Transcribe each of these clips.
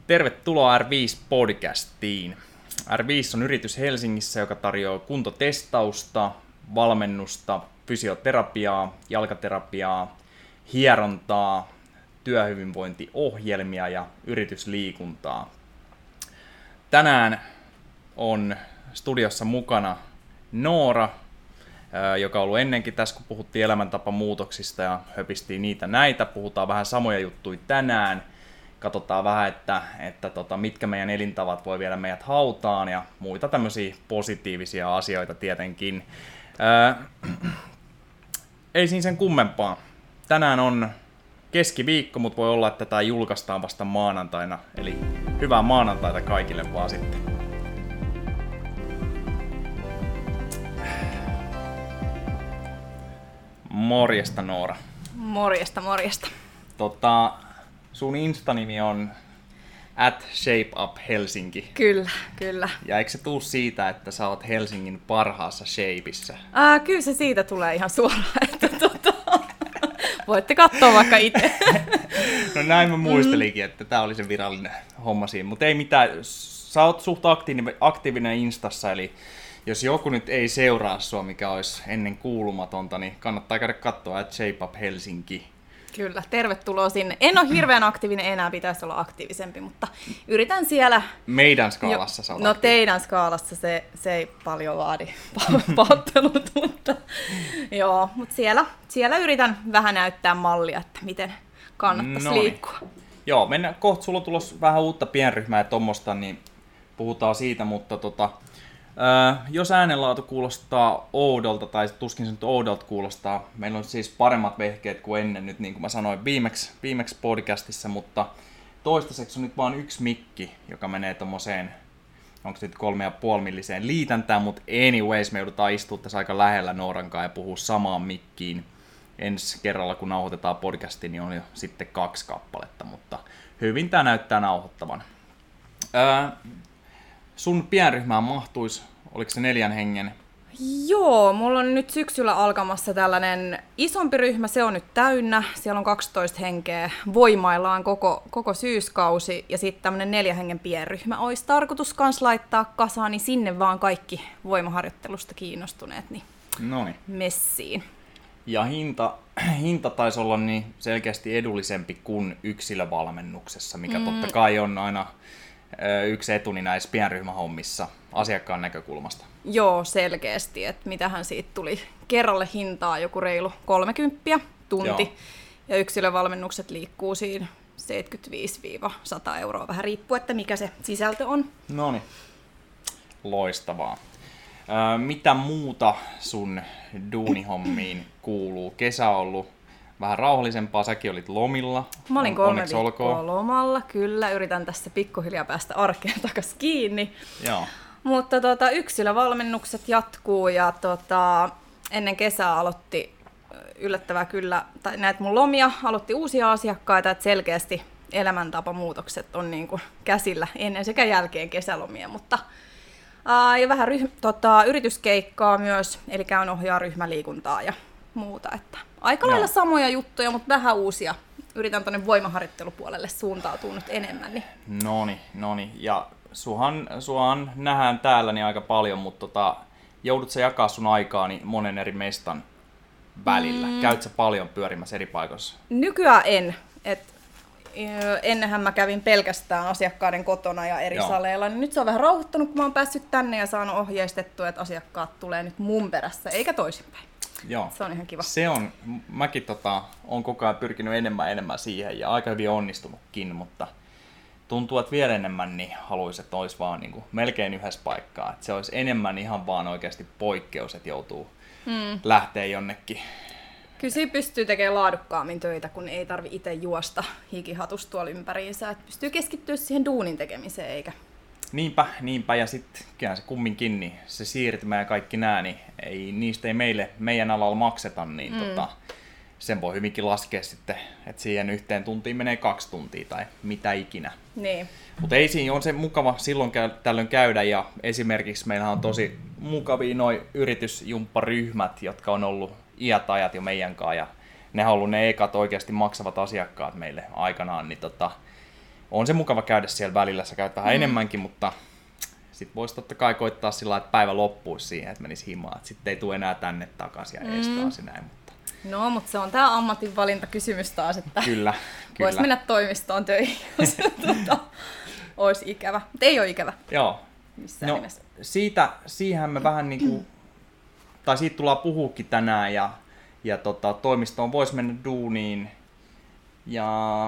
Tervetuloa R5-podcastiin. R5 on yritys Helsingissä, joka tarjoaa kuntotestausta, valmennusta, fysioterapiaa, jalkaterapiaa, hierontaa, työhyvinvointiohjelmia ja yritysliikuntaa. Tänään on studiossa mukana Noora, joka on ollut ennenkin tässä, kun puhuttiin elämäntapamuutoksista ja höpistiin niitä näitä. Puhutaan vähän samoja juttuja tänään. Katsotaan vähän, että mitkä meidän elintavat voi viedä meidät hautaan ja muita tämmöisiä positiivisia asioita tietenkin. Ei siinä sen kummempaa. Tänään on keskiviikko, mutta voi olla, että tämä julkaistaan vasta maanantaina. Eli hyvää maanantaita kaikille vaan sitten. Morjesta Noora. Morjesta. Sun Insta-nimi on @ShapeUpHelsinki. Kyllä. Ja eikö se tuu siitä, että sä oot Helsingin parhaassa shapeissa? Kyllä se siitä tulee ihan suoraan, että voitte katsoa vaikka itse. No näin mä muistelinkin, että tää oli se virallinen homma siinä, mutta ei mitään. Sä oot suht aktiivinen Instassa, eli jos joku nyt ei seuraa sua, mikä olisi ennen kuulumatonta, niin kannattaa käydä katsoa @ShapeUpHelsinki. Kyllä, tervetuloa sinne. En ole hirveän aktiivinen enää, pitäisi olla aktiivisempi, mutta yritän siellä. Meidän skaalassa sä oot No teidän skaalassa se ei paljon vaadi pahoittelut, mutta joo, mutta siellä yritän vähän näyttää mallia, että miten kannattaisi liikkua. Joo, mennään kohta, sulla on tulossa vähän uutta pienryhmää ja tommosta, niin puhutaan siitä, mutta jos äänenlaatu kuulostaa oudolta, tai tuskin se nyt oudolta kuulostaa, meillä on siis paremmat vehkeet kuin ennen nyt, niin kuin mä sanoin viimeksi podcastissa, mutta toistaiseksi on nyt vaan yksi mikki, joka menee tommoseen, onko se nyt 3,5 milliseen liitäntään, mutta anyways me joudutaan istumaan tässä aika lähellä Nooran kanssa ja puhua samaan mikkiin. Ensi kerralla kun nauhoitetaan podcastia, niin on jo sitten 2 kappaletta, mutta hyvin tää näyttää nauhoittavan. Sun pienryhmään mahtuisi, oliko se 4 hengen? Joo, mulla on nyt syksyllä alkamassa tällainen isompi ryhmä, se on nyt täynnä. Siellä on 12 henkeä, voimaillaan koko syyskausi. Ja sitten tämmöinen 4 hengen pienryhmä olisi tarkoitus kans laittaa kasaan, niin sinne vaan kaikki voimaharjoittelusta kiinnostuneet niin messiin. Ja hinta taisi olla niin selkeästi edullisempi kuin yksilövalmennuksessa, mikä totta kai on aina yksi etuni näissä pienryhmähommissa asiakkaan näkökulmasta. Joo, selkeästi. Että mitähän siitä tuli kerralle hintaa, joku reilu 30 tunti. Joo. Ja yksilövalmennukset liikkuu siinä 75-100 euroa, vähän riippuu, että mikä se sisältö on. Noniin, loistavaa. Mitä muuta sun duunihommiin kuuluu? Kesä on ollut vähän rauhallisempaa, säkin olit lomilla. Mä olin 3 viikkoa lomalla, kyllä. Yritän tässä pikkuhiljaa päästä arkeen takaisin kiinni. Joo. Mutta yksilövalmennukset jatkuu ja ennen kesää aloitti yllättävää kyllä, tai näitä mun lomia aloitti uusia asiakkaita, että selkeästi elämäntapamuutokset on niin kuin käsillä ennen sekä jälkeen kesälomia, mutta ja vähän yrityskeikkaa myös, eli käyn ohjaa ryhmäliikuntaa ja muuta, että aika lailla samoja juttuja, mutta vähän uusia. Yritän tuonne voimaharjoittelupuolelle suuntautua nyt enemmän. Noni. Ja suhan nähdään täällä niin aika paljon, mutta joudut sä jakaa sun aikaani monen eri mestan välillä? Käyt sä paljon pyörimässä eri paikoissa? Nykyään en. Ennenhän mä kävin pelkästään asiakkaiden kotona ja eri saleilla, niin nyt se on vähän rauhoittanut, kun mä oon päässyt tänne ja saanut ohjeistettua, että asiakkaat tulee nyt mun perässä, eikä toisinpäin. Joo. Se on ihan kiva. Mäkin on koko ajan pyrkinyt enemmän siihen ja aika hyvin onnistunutkin, mutta tuntuu, että vielä enemmän niin haluaisin, että olisi vaan niin kuin melkein yhdessä paikkaa. Että se olisi enemmän ihan vaan oikeasti poikkeus, että joutuu lähteä jonnekin. Kyllä siinä pystyy tekemään laadukkaammin töitä, kun ei tarvi itse juosta hikihatusta tuolla ympäriinsä. Että pystyy keskittyä siihen duunin tekemiseen, eikä... Niinpä, ja sitten kyllä se kumminkin, niin se siirtymä ja kaikki nää, niin niistä ei meidän alalla makseta, niin sen voi hyvinkin laskea sitten, että siihen 1 tuntiin menee 2 tuntia tai mitä ikinä. Niin. Mutta ei siinä, on se mukava silloin tällöin käydä, ja esimerkiksi meillähän on tosi mukavia noi yritysjumpparyhmät, jotka on ollut iät ajat jo meidän kanssa, ja ne on ollut ne ekat oikeasti maksavat asiakkaat meille aikanaan, niin on se mukava käydä siellä välillä, sä käyt vähän enemmänkin, mutta sit voisi totta kai koittaa sillä lailla, että päivä loppuisi siihen, että menisi himaan, että sitten ei tule enää tänne takaisin ja eestaasi näin. Mutta... No, mutta se on tää ammatinvalintakysymys taas, että kyllä. Voisi mennä toimistoon töihin, jos olisi ikävä. Mutta ei ole ikävä. Joo. Missään nimessä. Siihen me vähän niinku, tai siitä tullaan puhuukin tänään ja toimistoon voisi mennä duuniin ja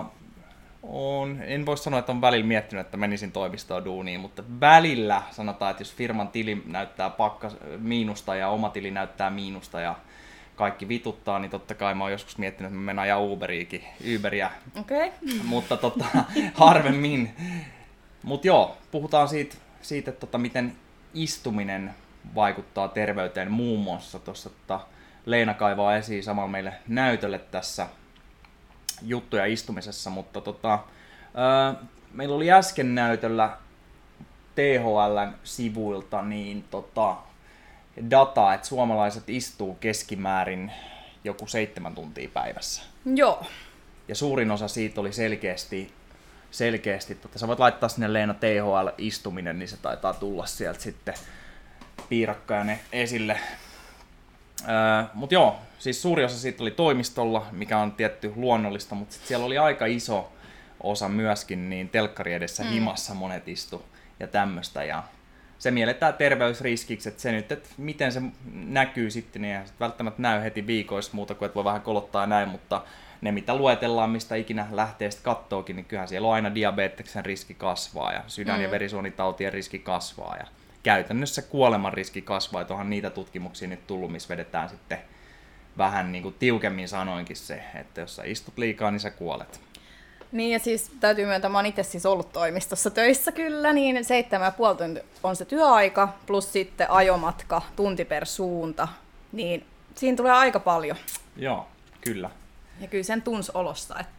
en voi sanoa, että on välillä miettinyt, että menisin toimistoon duuniin, mutta välillä sanotaan, että jos firman tili näyttää miinusta ja oma tili näyttää miinusta ja kaikki vituttaa, niin totta kai mä oon joskus miettinyt, että mä menen ajaa Uberia, mutta harvemmin. Mutta joo, puhutaan siitä että miten istuminen vaikuttaa terveyteen muun muassa. Tuossa Leena kaivaa esiin samalla meille näytölle tässä juttuja istumisessa, mutta meillä oli äsken näytöllä THL:n sivuilta niin dataa, että suomalaiset istuu keskimäärin joku 7 tuntia päivässä. Joo. Ja suurin osa siitä oli selkeästi sä voit laittaa sinne Leena THL-istuminen, niin se taitaa tulla sieltä sitten piirakkainen esille. Mutta joo, siis suuri osa siitä oli toimistolla, mikä on tietty luonnollista, mutta sit siellä oli aika iso osa myöskin niin telkkari edessä himassa monet istu ja tämmöistä. Ja se mielletään terveysriskiksi, että se nyt, että miten se näkyy sitten, niin ei välttämättä näy heti viikoissa muuta kuin, että voi vähän kolottaa näin, mutta ne mitä luetellaan, mistä ikinä lähtee sitten kattookin, niin kyllähän siellä on aina diabeteksen riski kasvaa ja sydän- ja verisuonitautien riski kasvaa ja käytännössä kuoleman riski kasvaa, että onhan niitä tutkimuksia nyt tullut, missä vedetään sitten vähän niin kuin tiukemmin sanoinkin se, että jos sä istut liikaa, niin sä kuolet. Niin ja siis täytyy myöntää, mä oon itse siis ollut toimistossa töissä kyllä, niin 7,5 tuntia on se työaika, plus sitten ajomatka, tunti per suunta, niin siinä tulee aika paljon. Joo, kyllä. Ja kyllä sen tunsi olosta, että...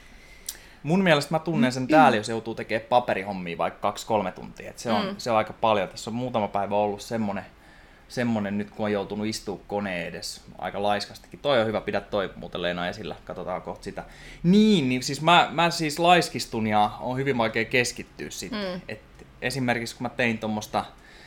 Mun mielestä mä tunnen sen täällä, jos joutuu tekemään paperihommia vaikka 2-3 tuntia. Et se on aika paljon. Tässä on muutama päivä ollut semmonen nyt, kun on joutunut istua koneen edes aika laiskastikin. Toi on hyvä, pidä toi muuten Leena esillä, katsotaan kohta sitä. Niin siis mä siis laiskistun ja on hyvin vaikea keskittyä sitten. Esimerkiksi kun mä tein tuommoista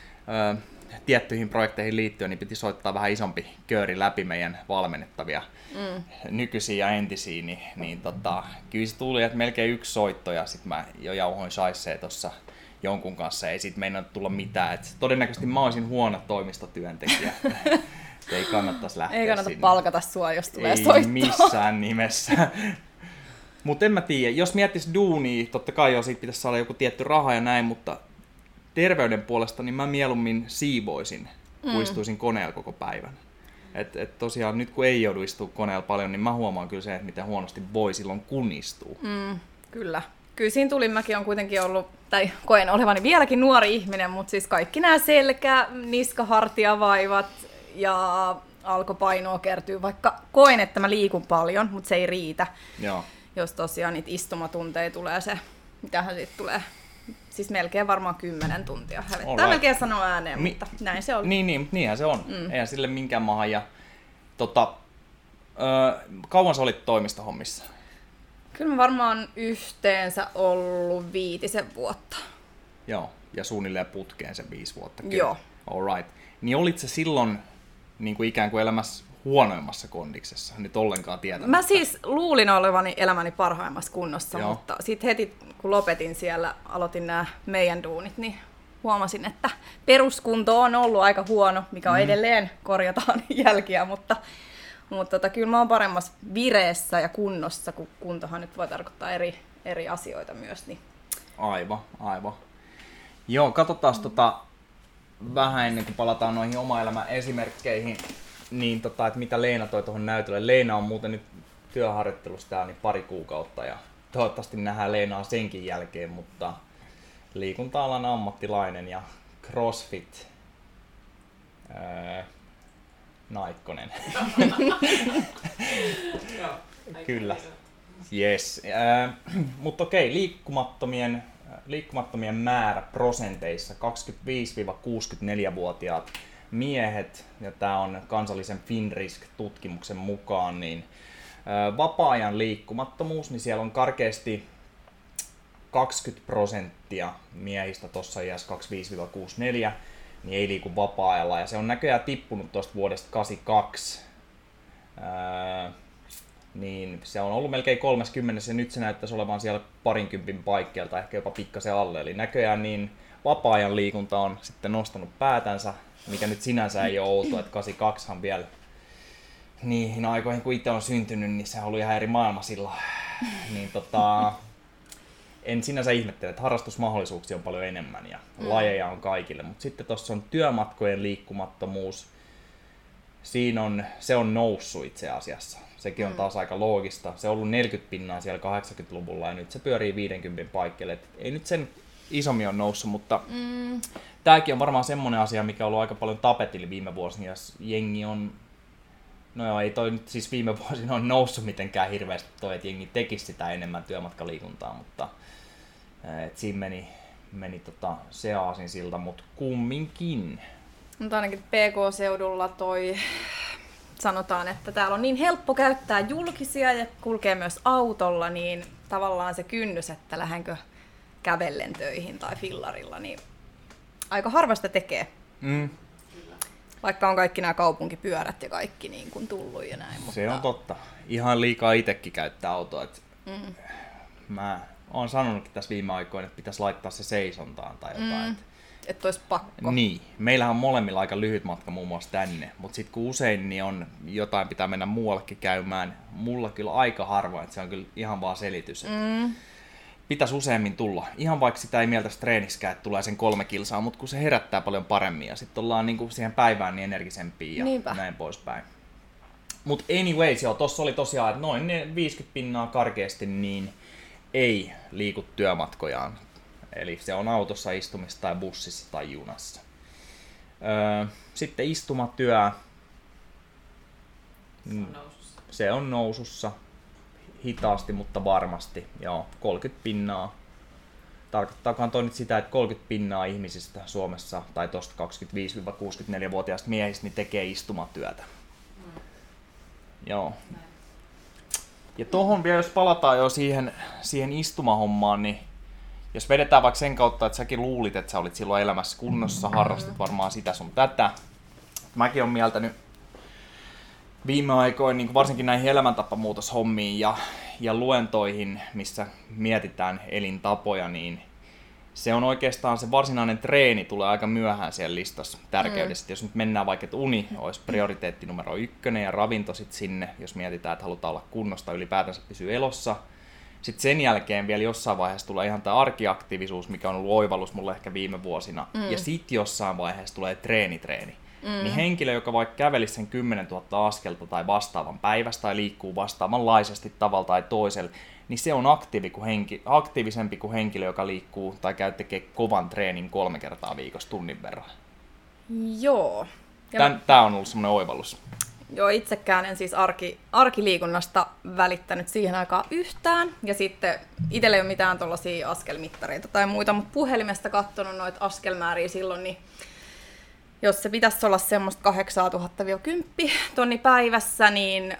tiettyihin projekteihin liittyen, niin piti soittaa vähän isompi kööri läpi meidän valmennettavia nykyisiä ja entisiä, niin kyllä se tuli, että melkein 1 soitto ja sitten mä jo jauhoin shaissee tuossa jonkun kanssa, ei siitä meinannut tulla mitään. Et todennäköisesti mä olisin huono toimistotyöntekijä, ei kannattaisi lähteä ei kannata sinne. Palkata sua, jos tulee soittoa. Ei missään nimessä. Mutta en mä tiedä, jos miettis duunia, totta kai jo siitä pitäisi saada joku tietty raha ja näin, mutta terveyden puolesta niin mä mieluummin siivoisin, kun istuisin koneella koko päivän. Et tosiaan nyt kun ei joudu istua koneella paljon, niin mä huomaan kyllä se, että miten huonosti voi silloin kun istuu. Kyllä. Kyllä siinä tuli, mäkin on kuitenkin ollut, tai koen olevani vieläkin nuori ihminen, mutta siis kaikki nämä selkä, niska, hartiavaivat ja alkopainoa kertyy, vaikka koen, että mä liikun paljon, mutta se ei riitä. Joo. Jos tosiaan niitä istumatunteja tulee se, mitähän siitä tulee, siis melkein varmaan 10 tuntia. Hävettää melkein sanoa ääneen, mutta näin se on. Niinhän se on. Eihän sille minkään maha. Ja, kauan sä olit toimistohommissa? Kyllä mä varmaan yhteensä ollut 5 vuotta. Joo, ja suunnilleen putkeen se 5 vuotta. Joo. Alright. Niin olit sä silloin niin kuin ikään kuin elämässä huonoimmassa kondiksessa, nyt ollenkaan tietämättä? Mä siis luulin olevani elämäni parhaimmassa kunnossa, Joo. mutta sitten heti kun lopetin siellä, aloitin nämä meidän duunit, niin huomasin, että peruskunto on ollut aika huono, mikä on edelleen, korjataan jälkiä, mutta kyllä mä oon paremmassa vireessä ja kunnossa, kun kuntohan nyt voi tarkoittaa eri asioita myös. Niin. Aivan. Joo, katsotaan vähän ennen kuin palataan noihin oma elämän esimerkkeihin, niin että mitä Leena toi tuohon näytölle. Leena on muuten nyt työharjoittelussa täällä niin 2 kuukautta ja toivottavasti nähdään Leenaa senkin jälkeen, mutta liikunta-alan ammattilainen ja CrossFit naikkonen. Kyllä. Yes. Mutta okei, liikkumattomien määrä prosenteissa 25-64-vuotiaat miehet, ja tämä on kansallisen FinRisk-tutkimuksen mukaan, niin vapaa-ajan liikkumattomuus, niin siellä on karkeasti 20% miehistä tuossa iässä 25-64 niin ei liiku vapaa-ajalla, ja se on näköjään tippunut tuosta vuodesta 82. Niin se on ollut melkein 30, ja nyt se näyttäisi olevan siellä 20 paikkeilta, ehkä jopa pikkasen alle. Eli näköjään niin vapaa-ajan liikunta on sitten nostanut päätänsä, mikä nyt sinänsä ei ole outoa, että 82han vielä niihin aikoihin, kun itse on syntynyt, niin se on ollut ihan eri maailma silloin. Niin en sinänsä ihmettele, että harrastusmahdollisuuksia on paljon enemmän ja lajeja on kaikille, mutta sitten tuossa on työmatkojen liikkumattomuus. Se on noussut itse asiassa. Sekin on taas aika loogista. Se on ollut 40% siellä 80-luvulla ja nyt se pyörii 50 paikkeille. Et ei nyt sen isommin on noussut, mutta tämäkin on varmaan semmoinen asia, mikä on ollut aika paljon tapetilla viime vuosina. Ja jengi on, no joo, ei toi nyt siis viime vuosina on noussut mitenkään hirveästi toi, että jengi tekisi sitä enemmän työmatkaliikuntaa, mutta siinä meni se aasinsilta, mutta kumminkin. Mutta ainakin PK-seudulla sanotaan, että täällä on niin helppo käyttää julkisia ja kulkee myös autolla, niin tavallaan se kynnys, että lähdenkö kävellen töihin tai fillarilla, niin aika harvasta tekee. Vaikka on kaikki nämä kaupunkipyörät ja kaikki niin kuin tullut ja näin. Mutta se on totta. Ihan liikaa itsekin käyttää autoa. Mä oon sanonutkin tässä viime aikoina, että pitäisi laittaa se seisontaan tai jotain. Että olisi pakko. Niin. Meillähän on molemmilla aika lyhyt matka muun muassa tänne, mutta sitten kun usein niin on jotain pitää mennä muuallekin käymään, mulla kyllä aika harvoin, että se on kyllä ihan vaan selitys. Pitäisi useammin tulla. Ihan vaikka sitä ei mieltäisi treeniksikään, että tulee sen 3 kilsaa, mutta kun se herättää paljon paremmin ja sitten ollaan niinku siihen päivään niin energisempiä ja Niinpä. näin poispäin. Mutta anyways, joo, tossa oli tosiaan, että noin 50% karkeasti niin ei liiku työmatkojaan. Eli se on autossa istumista tai bussissa tai junassa. Sitten istumatyö. Se on nousussa. Hitaasti, mutta varmasti. Joo, 30%. Tarkoittaakaan toi nyt sitä, että 30% ihmisistä Suomessa tai tosta 25-64-vuotiaista miehistä niin tekee istumatyötä. Joo. Ja tohon vielä, jos palataan jo siihen istumahommaan, niin jos vedetään vaikka sen kautta, että säkin luulit, että sä olit silloin elämässä kunnossa, harrastit varmaan sitä sun tätä. Mäkin olen mieltänyt viime aikoina niin varsinkin näihin elämäntapamuutoshommiin ja luentoihin, missä mietitään elintapoja, niin se on oikeastaan se varsinainen treeni tulee aika myöhään siellä listassa tärkeydessä. Jos nyt mennään vaikka, että uni olisi prioriteetti numero 1 ja ravinto sitten sinne, jos mietitään, että halutaan olla kunnosta, ylipäätänsä pysyä elossa. Sitten sen jälkeen vielä jossain vaiheessa tulee ihan tämä arkiaktiivisuus, mikä on ollut oivallus mulle ehkä viime vuosina. Ja sitten jossain vaiheessa tulee treeni. Niin henkilö, joka vaikka kävelisi sen 10 000 askelta tai vastaavan päivästä tai liikkuu vastaavanlaisesti tavalla tai toisella, niin se on aktiivisempi kuin henkilö, joka liikkuu tai tekee kovan treenin 3 kertaa viikossa tunnin verran. Joo. Tämä on ollut semmoinen oivallus. Joo, itsekään en siis arkiliikunnasta välittänyt siihen aikaan yhtään. Ja sitten itsellä ei ole mitään tuollaisia askelmittareita tai muita, mutta puhelimesta katsonut noita askelmääriä silloin, niin jos se pitäisi olla semmoista 8000-10 tonni päivässä, niin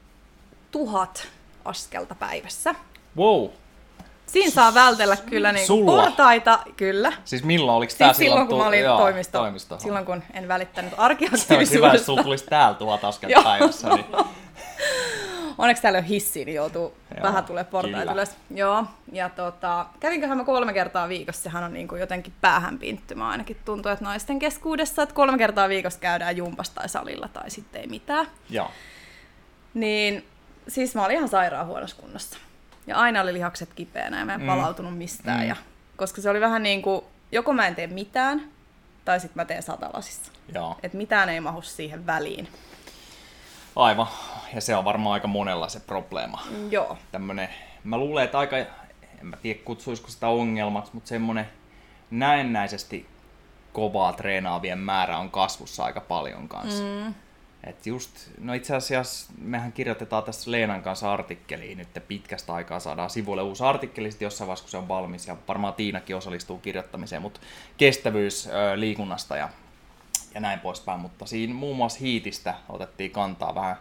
1000 askelta päivässä. Wow! Siinä saa vältellä kyllä niin portaita, kyllä. Siis milloin? Oliko tämä silloin, kun mä olin toimisto. Silloin, kun en välittänyt arkiaktiivisuudesta. Se on hyvä, että sulla tulisi täällä 1000 askelta päivässä. Niin. Onneksi täällä on hissi, niin joutuu vähän tulee portaita ylös. Joo, ja kävinköhän mä 3 kertaa viikossa, sehän on niin kuin jotenkin päähän pinttymä. Ainakin tuntuu, että naisten keskuudessa, että 3 kertaa viikossa käydään jumpassa tai salilla tai sitten ei mitään. Joo. Niin, siis mä olin ihan sairaan huonossa kunnossa. Ja aina oli lihakset kipeänä ja mä en palautunut mistään. Ja, koska se oli vähän niin kuin, joko mä en tee mitään, tai sitten mä teen satalasissa. Että mitään ei mahdu siihen väliin. Aivan. Ja se on varmaan aika monella se probleema. Joo. Mä luulen, että aika, en mä tiedä kutsuisiko sitä ongelmaksi, mutta semmoinen näennäisesti kovaa treenaavien määrä on kasvussa aika paljon kanssa. Et just, no itse asiassa mehän kirjoitetaan tässä Leenan kanssa artikkeliin, nyt pitkästä aikaa saadaan sivuille uusi artikkeli sitten jossain vaiheessa, kun se on valmis, ja varmaan Tiinakin osallistuu kirjoittamiseen, mutta kestävyys liikunnasta ja näin poispäin, mutta siinä muun muassa hiitistä otettiin kantaa vähän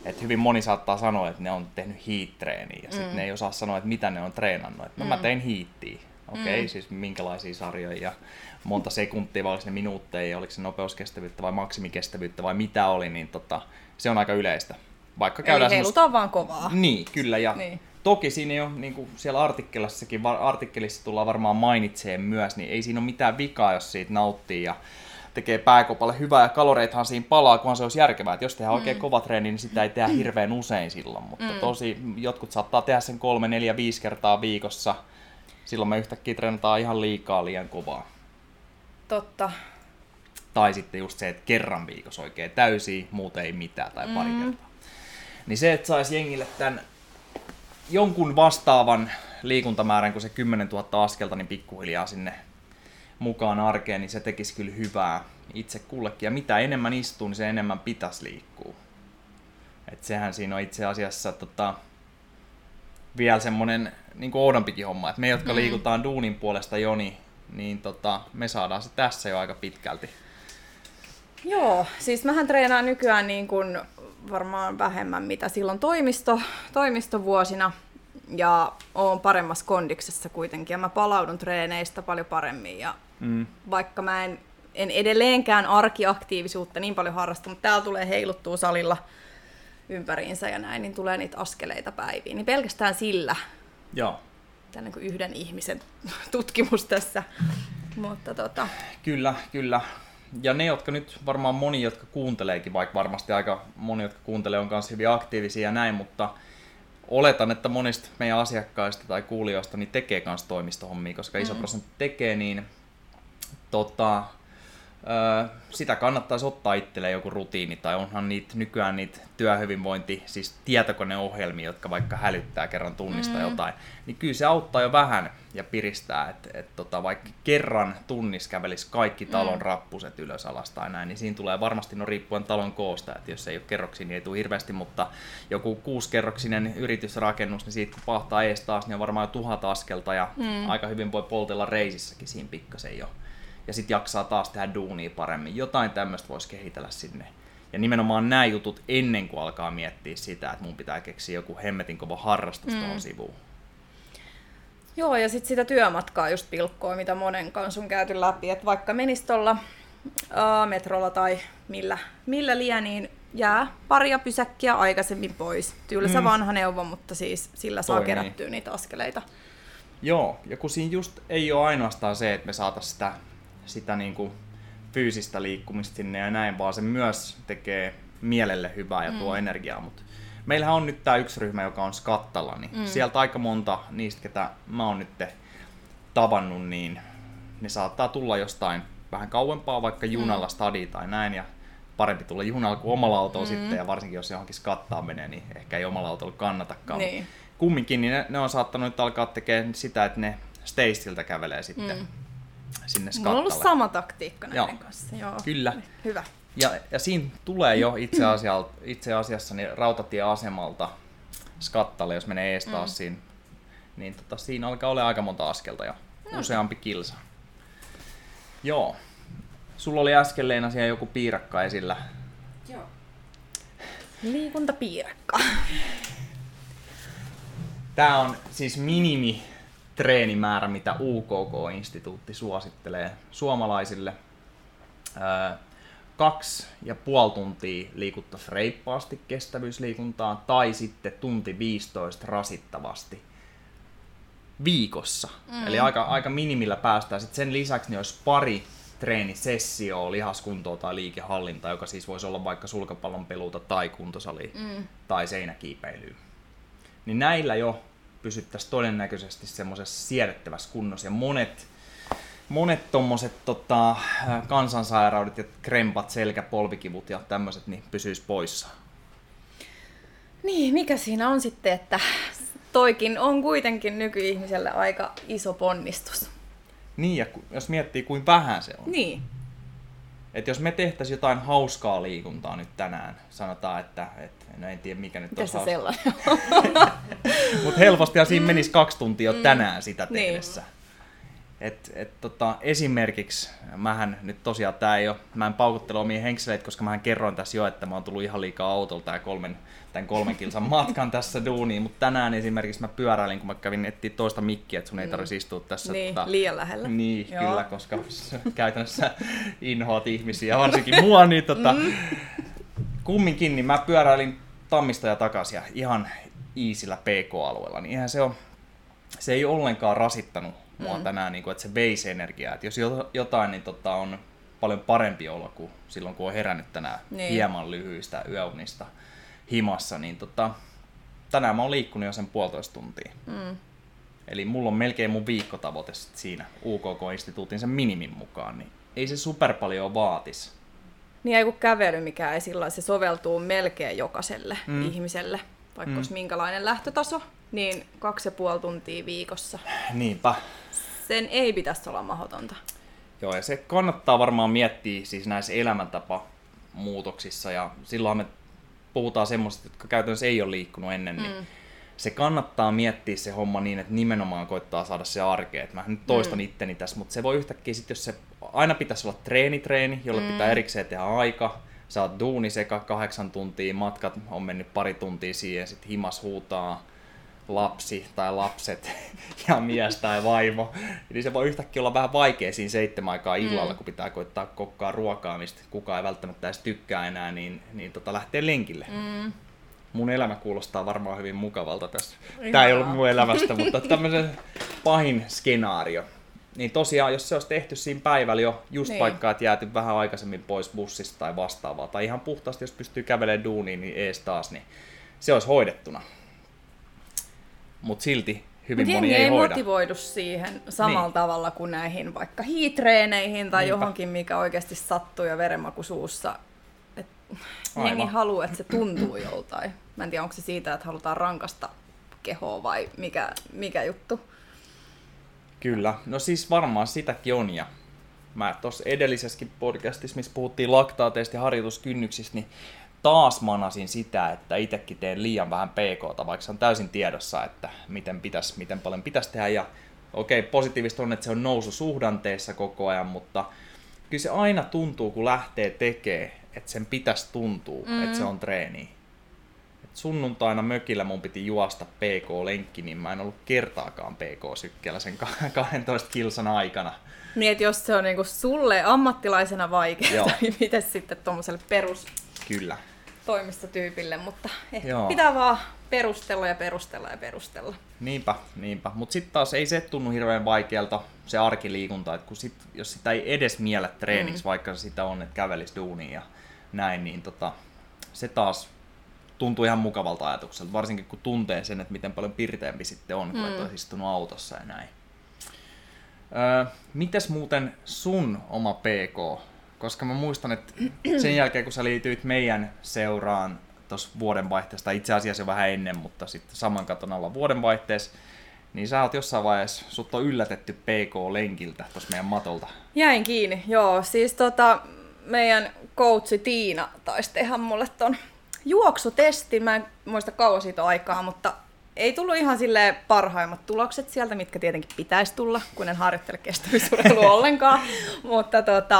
Et hyvin moni saattaa sanoa, että ne on tehnyt heat-treeniä ja sitten ne ei osaa sanoa, että mitä ne on treenannut. Et mä tein heattiä. Okei, siis minkälaisia sarjoja ja monta sekuntia, vai oliko ne minuutteja, oliko se nopeuskestävyyttä vai maksimikestävyyttä vai mitä oli, niin se on aika yleistä. Vaikka käydään eli heilutaan vaan kovaa. Niin, kyllä. Ja toki siinä jo, niin kuin siellä artikkelissa tullaan varmaan mainitsemaan myös, niin ei siinä ole mitään vikaa, jos siitä nauttii ja tekee pääkopalle hyvää ja kaloreithan siinä palaa, kunhan se olisi järkevää. Et jos tehdään oikein kova treeni, niin sitä ei tehdä hirveän usein silloin, mutta jotkut saattaa tehdä sen 3, 4, 5 kertaa viikossa. Silloin me yhtäkkiä treenataan ihan liian kovaa. Totta. Tai sitten just se, että kerran viikossa oikein täysiä, muuten ei mitään tai pari kertaa. Niin se, että saisi jengille tämän jonkun vastaavan liikuntamäärän kuin se 10 000 askelta, niin pikkuhiljaa sinne mukaan arkeen, niin se tekisi kyllä hyvää itse kullekin. Ja mitä enemmän istuu, niin se enemmän pitäisi liikkua. Et sehän siinä on itse asiassa vielä semmoinen niin kuin oudompikin homma, että me, jotka liikutaan duunin puolesta jo, niin me saadaan se tässä jo aika pitkälti. Joo, siis mähän treenaan nykyään niin kuin varmaan vähemmän mitä silloin toimistovuosina ja oon paremmassa kondiksessa kuitenkin ja mä palaudun treeneistä paljon paremmin ja vaikka mä en edelleenkään arkiaktiivisuutta niin paljon harrasta, mutta täällä tulee heiluttua salilla ympäriinsä ja näin, niin tulee niitä askeleita päiviin, niin pelkästään sillä. Joo. Tällainen kuin yhden ihmisen tutkimus tässä. Mutta Kyllä. Ja ne, jotka nyt varmaan moni, jotka kuunteleekin, vaikka varmasti aika moni, jotka kuuntelee, on myös hyvin aktiivisia ja näin, mutta oletan, että monista meidän asiakkaista tai kuulijoista niin tekee myös toimistohommia, koska iso prosentti tekee, niin sitä kannattaisi ottaa itselleen joku rutiini, tai onhan nykyään niitä työhyvinvointi, siis tietokoneohjelmia, jotka vaikka hälyttää kerran tunnista jotain, niin kyllä se auttaa jo vähän ja piristää, että vaikka kerran tunnissa kävelisi kaikki talon rappuset ylös alas tai näin, niin siinä tulee varmasti, riippuen talon koosta, että jos ei ole kerroksia, niin ei tule hirveästi, mutta joku 6-kerroksinen yritysrakennus, niin siitä kun pahtaa ees taas, niin on varmaan jo 1000 askelta ja aika hyvin voi poltella reisissäkin siinä pikkasen jo. Ja sitten jaksaa taas tehdä duunia paremmin. Jotain tämmöistä voisi kehitellä sinne. Ja nimenomaan nämä jutut ennen kuin alkaa miettiä sitä, että mun pitää keksiä joku hemmetin kova harrastus tuohon sivuun. Joo, ja sitten sitä työmatkaa just pilkkoa, mitä monen kanssa on käyty läpi. Että vaikka menisi tuolla metrolla tai millä liian, niin jää paria pysäkkiä aikaisemmin pois. Tylsä vanha neuvo, mutta siis sillä saa kerättyä niitä askeleita. Joo, ja kun siinä just ei ole ainoastaan se, että me saataisiin sitä niin kuin fyysistä liikkumista sinne ja näin, vaan se myös tekee mielelle hyvää ja tuo energiaa. Mutta meillähän on nyt tämä yksi ryhmä, joka on Skattalla, niin sieltä aika monta niistä, ketä mä oon nyt tavannut, niin ne saattaa tulla jostain vähän kauempaa, vaikka junalla stadi tai näin, ja parempi tulla junalla kuin omalla autolla sitten, ja varsinkin jos johonkin Skattaan menee, niin ehkä ei omalla autolla kannatakaan. Niin. Kumminkin niin ne on saattanut nyt alkaa tekemään sitä, että ne Stacyltä kävelee sitten sinne Skattalle. Mulla on ollut sama taktiikka näiden kanssa. Joo. Kyllä. Hyvä. Ja siinä tulee jo itse asiassa niin rautatieasemalta Skattalle, jos menee ees taas siinä, niin siinä alkaa olla aika monta askelta ja useampi kilsa. Joo. Sulla oli äsken, Leena, siellä joku piirakka esillä. Joo. Liikuntapiirakka. Tämä on siis minimi-treenimäärä, mitä UKK-instituutti suosittelee suomalaisille. 2,5 tuntia liikuttaisiin reippaasti kestävyysliikuntaa tai sitten 1 tunti 15 rasittavasti viikossa. Eli aika minimillä päästään. Sitten sen lisäksi niin olisi pari treenisessioa, lihaskuntoa tai liikehallintaa, joka siis voisi olla vaikka sulkapallonpeluuta tai kuntosali tai seinäkiipeilyä. Niin näillä jo pysyttäisiin todennäköisesti semmoisessa siedettävässä kunnossa. Ja monet tommoset kansansairaudet ja krempat, selkäpolvikivut ja tämmöiset niin pysyisi poissa. Niin, mikä siinä on sitten, että toikin on kuitenkin nykyihmiselle aika iso ponnistus. Niin, ja jos miettii, kuin vähän se on. Niin. Että jos me tehtäisiin jotain hauskaa liikuntaa nyt tänään, sanotaan, että no en tiedä mikä nyt on hauskaa. Sellainen? Mutta helpostihan siinä menisi 2 tuntia jo tänään sitä tehdessä. Esimerkiksi mähän nyt tosiaan mä en paukuttele omia henkseleitä, koska mähän kerroin tässä jo, että mä oon tullut ihan liikaa autolta ja tämän 3 kilsan matkan tässä duuniin, mutta tänään esimerkiksi mä pyöräilin, kun mä kävin etsiä toista mikkiä, että sun ei tarvitsisi istua tässä. Niin, liian lähellä. Niin, joo. Kyllä, koska käytännössä inhoat ihmisiä, varsinkin mua, niin kumminkin, niin mä pyöräilin Tammista ja takaisin ja ihan easyllä PK-alueella, niin eihän se ei ollenkaan rasittanut mua tänään, niin kuin, että se veisi energiaa. Että jos jotain, niin on paljon parempi olo kuin silloin, kun on herännyt tänään hieman lyhyistä yöunista himassa, niin tänään mä oon liikkunut jo sen 1,5 tuntia. Eli mulla on melkein mun viikkotavoite siinä UKK-instituutin sen minimin mukaan, niin ei se super paljon vaatis. Niin ei kun kävely, mikä ei sillä se soveltuu melkein jokaiselle ihmiselle, vaikka olisi minkälainen lähtötaso, niin 2,5 tuntia viikossa. Niinpä. Sen ei pitäisi olla mahdotonta. Joo, ja se kannattaa varmaan miettiä siis näissä elämäntapamuutoksissa, ja silloin me puhutaan semmoisista, jotka käytännössä ei ole liikkunut ennen, niin se kannattaa miettiä se homma niin, että nimenomaan koittaa saada se arkeen. Mä nyt toistan itteni tässä, mutta se voi yhtäkkiä sitten, jos se aina pitäisi olla treeni, jolle pitää erikseen tehdä aika, sä oot duuniseka 8 tuntia, matkat on mennyt 2 tuntia siihen, sitten himas huutaa lapsi tai lapset ja mies tai vaimo. Eli se voi yhtäkkiä olla vähän vaikea siinä 7 aikaa illalla, kun pitää koittaa kokkaa ruokaa, mistä kukaan ei välttämättä edes tykkää enää, niin lähtee lenkille. Mun elämä kuulostaa varmaan hyvin mukavalta tässä. Tää ei ollut mun elämästä, mutta tämmöisen pahin skenaario. Niin tosiaan, jos se olisi tehty siinä päivällä jo just vaikka, että jääty vähän aikaisemmin pois bussista tai vastaavaa, tai ihan puhtaasti, jos pystyy kävelemään duuniin, niin ees taas, niin se olisi hoidettuna. Mutta silti hyvin moni ei hoida. Motivoidu siihen samalla tavalla kuin näihin vaikka hiitreeneihin tai johonkin, mikä oikeasti sattuu ja verenmaku suussa. Jengi haluaa, että se tuntuu joltain. Mä en tiedä, onko se siitä, että halutaan rankasta kehoa vai mikä juttu. Kyllä, no siis varmaan sitäkin on. Ja mä tuossa edellisessäkin podcastissa, missä puhuttiin laktaateista ja harjoituskynnyksistä, niin taas manasin sitä, että itsekin teen liian vähän PK:ta, vaikka se on täysin tiedossa, että miten paljon pitäisi tehdä. Ja okei, positiivista on, että se on noususuhdanteessa koko ajan, mutta kyllä se aina tuntuu, kun lähtee tekemään, että sen pitäisi tuntua, että se on treeni. Et sunnuntaina mökillä mun piti juosta PK-lenkki, niin mä en ollut kertaakaan PK-sykkeellä sen 12 kilsan aikana. Niin, että jos se on niinku sulle ammattilaisena vaikeaa, niin miten sitten tuommoiselle Kyllä. toimistotyypille, mutta ehkä pitää vaan perustella. Niinpä. Mutta sitten taas ei se tunnu hirveän vaikealta se arkiliikunta, että jos sitä ei edes miellä treeniksi, vaikka sitä on, että kävelisi duuniin ja näin, niin se taas tuntuu ihan mukavalta ajatukselta, varsinkin kun tuntee sen, että miten paljon pirteempi sitten on, kun et olisi istunut autossa ja näin. Mites muuten sun oma PK? Koska mä muistan, että sen jälkeen kun sä liityit meidän seuraan tuossa vuodenvaihteessa, itse asiassa jo vähän ennen, mutta sitten saman katon alla vuodenvaihteessa, niin sä oot jossain vaiheessa, sut on yllätetty PK-lenkiltä tuossa meidän matolta. Jäin kiinni, joo. Siis meidän coachi Tiina taisi tehdä mulle ton juoksutestin. Mä en muista kauan siitä aikaa, mutta ei tullut ihan silleen parhaimmat tulokset sieltä, mitkä tietenkin pitäisi tulla, kun en harjoittele kestävyysurheilua ollenkaan. Mutta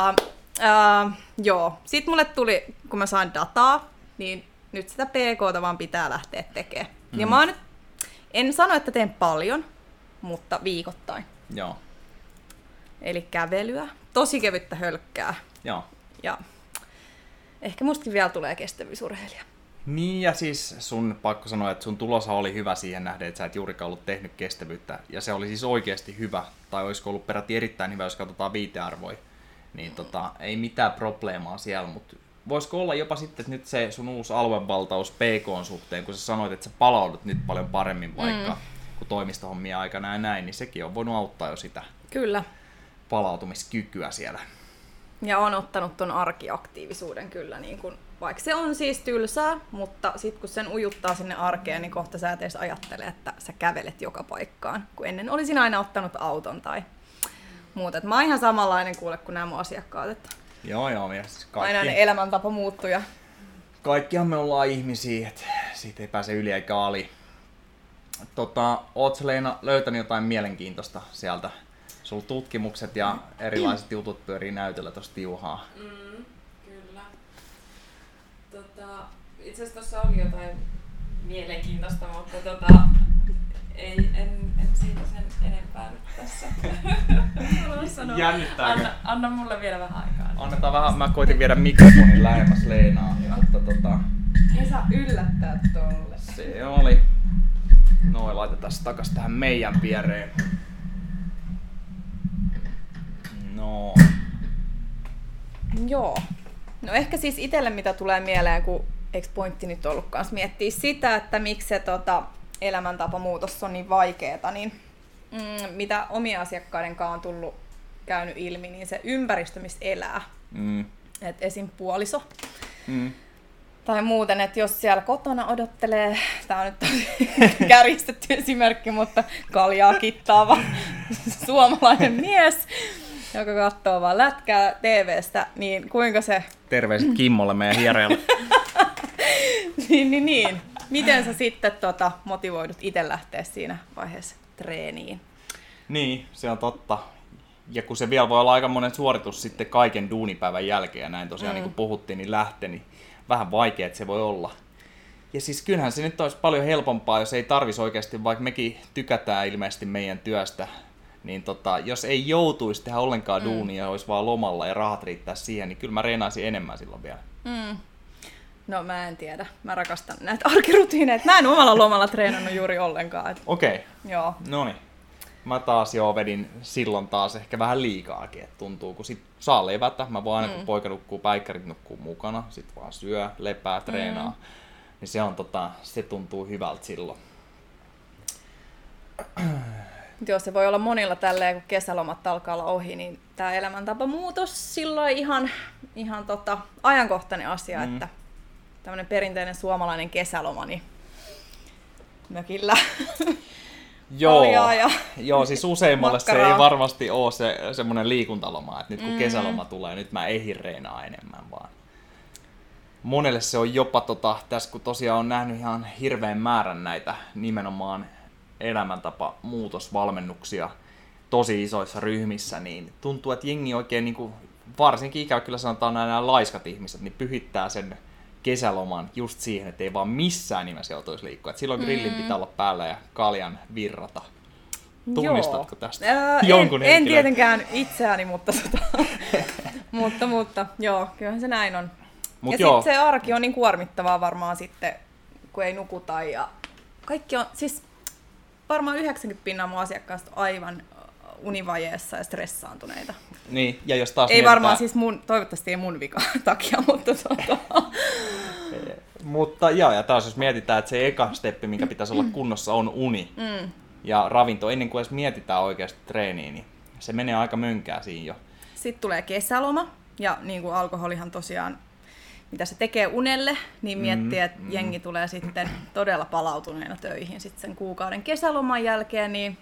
joo. Sitten mulle tuli, kun mä sain dataa, niin nyt sitä PK:ta vaan pitää lähteä tekemään. Ja mä nyt, en sano, että teen paljon, mutta viikoittain. Joo. Eli kävelyä, tosi kevyttä hölkkää. Joo. Ja ehkä mustakin vielä tulee kestävyysurheilija. Niin, ja siis sun pakko sanoa, että sun tulosa oli hyvä siihen nähden, että sä et juurikaan ollut tehnyt kestävyyttä. Ja se oli siis oikeasti hyvä, tai olisiko ollut peräti erittäin hyvä, jos katsotaan viitearvoja. Niin ei mitään probleemaa siellä, mutta voisiko olla jopa sitten, että nyt se sun uusi aluevaltaus PK:n suhteen, kun sä sanoit, että sä palaudut nyt paljon paremmin vaikka kuin toimistohommia aikana ja näin, niin sekin on voinut auttaa jo sitä Kyllä. palautumiskykyä siellä. Ja on ottanut ton arkiaktiivisuuden kyllä, niin kun, vaikka se on siis tylsää, mutta sitten kun sen ujuttaa sinne arkeen, niin kohta sä et edes ajattele, että sä kävelet joka paikkaan, kun ennen olisin aina ottanut auton tai muuta. Et mä oon ihan samanlainen kuule kuin nämä mun asiakkaat. Että Joo, ja siis aina ne elämäntapa muuttuu. Kaikkihan me ollaan ihmisiä, että siitä ei pääse yli eikä ali. Oot sä, Leena, löytänyt jotain mielenkiintoista sieltä Sulla tutkimukset ja erilaiset jutut pyörii näytöllä tossa tiuhaa. Kyllä. Itse asiassa tuossa oli jotain mielenkiintoista, mutta en siitä sen enempää nyt tässä. Jännittääkö? Anna mulle vielä vähän aikaa. Annetaan vähän, mä koitin viedä mikrofonin lähemmäs Leenaa, mutta ei saa yllättää tolle. Se oli. Noin, laitetaan se takas tähän meidän viereen. No. Joo. No ehkä siis itselle mitä tulee mieleen, kun eikö pointti nyt ollut kans miettiä sitä, että miksi se elämäntapamuutos on niin vaikeeta, niin mitä omia asiakkaiden kanssa on käynyt ilmi, niin se ympäristö, missä elää. Et esim. Puoliso. Tai muuten, että jos siellä kotona odottelee, tää on nyt tosi kärjistetty esimerkki, mutta kaljaa kittaava suomalainen mies, joka katsoo vaan lätkää TV:stä, niin kuinka se... Terveiset Kimmolle, meidän hierojalle. niin. Miten sä sitten motivoidut itse lähteä siinä vaiheessa treeniin? Niin, se on totta. Ja kun se vielä voi olla aika monen suoritus sitten kaiken duunipäivän jälkeen, ja näin tosiaan niin kuin puhuttiin, niin lähtee, niin vähän vaikea, että se voi olla. Ja siis kyllähän se nyt olisi paljon helpompaa, jos ei tarvitsisi oikeasti, vaikka mekin tykätään ilmeisesti meidän työstä, niin jos ei joutuisi tehdä ollenkaan duunia ja olisi vaan lomalla ja rahat riittää siihen, niin kyllä mä reenaisin enemmän silloin vielä. No mä en tiedä. Mä rakastan näitä arkirutiineita. Mä en omalla lomalla treenannut juuri ollenkaan. Okei. Joo. Noniin. Mä taas vedin silloin taas ehkä vähän liikaakin, että tuntuu, kun sit saa levätä. Mä voin aina, kun poika nukkuu, päikkärit nukkuu mukana, sit vaan syö, lepää, treenaa. Niin se on se tuntuu hyvältä silloin. Joo, se voi olla monilla tälleen, kun kesälomat alkaa olla ohi, niin tää elämäntapamuutos silloin ihan ajankohtainen asia, että tämmönen perinteinen suomalainen kesäloma, niin mökillä. Joo, siis useimmalle se ei varmasti ole semmoinen liikuntaloma, että nyt kun kesäloma tulee, nyt mä ehdin reenaa enemmän vaan. Monelle se on jopa, tässä kun tosiaan on nähnyt ihan hirveän määrän näitä nimenomaan elämäntapamuutosvalmennuksia tosi isoissa ryhmissä, niin tuntuu, että jengi oikein, niin kuin, varsinkin ikävä kyllä sanotaan nämä laiskat ihmiset, niin pyhittää sen kesäloman just siihen, että ei vaan missään nimessä joutuisi liikkua. Et silloin grillin pitää olla päällä ja kaljan virrata. Tunnistatko tästä jonkun en tietenkään itseäni, mutta joo, kyllähän se näin on. Ja sitten se arki on niin kuormittavaa varmaan sitten, kun ei nukuta ja kaikki on, siis varmaan 90% mun asiakkaista on aivan univajeessa ja stressaantuneita. Niin, ja jos taas ei varmaan siis toivottavasti ei mun vika takia, mutta Mutta joo, ja taas jos mietitään, että se eka steppi, mikä pitäisi olla kunnossa, on uni ja ravinto, ennen kuin edes mietitään oikeasti treeniä, niin se menee aika mönkää siinä jo. Sitten tulee kesäloma, ja niin kuin alkoholihan tosiaan, mitä se tekee unelle, niin miettii, että jengi tulee sitten todella palautuneena töihin sitten sen kuukauden kesäloman jälkeen, niin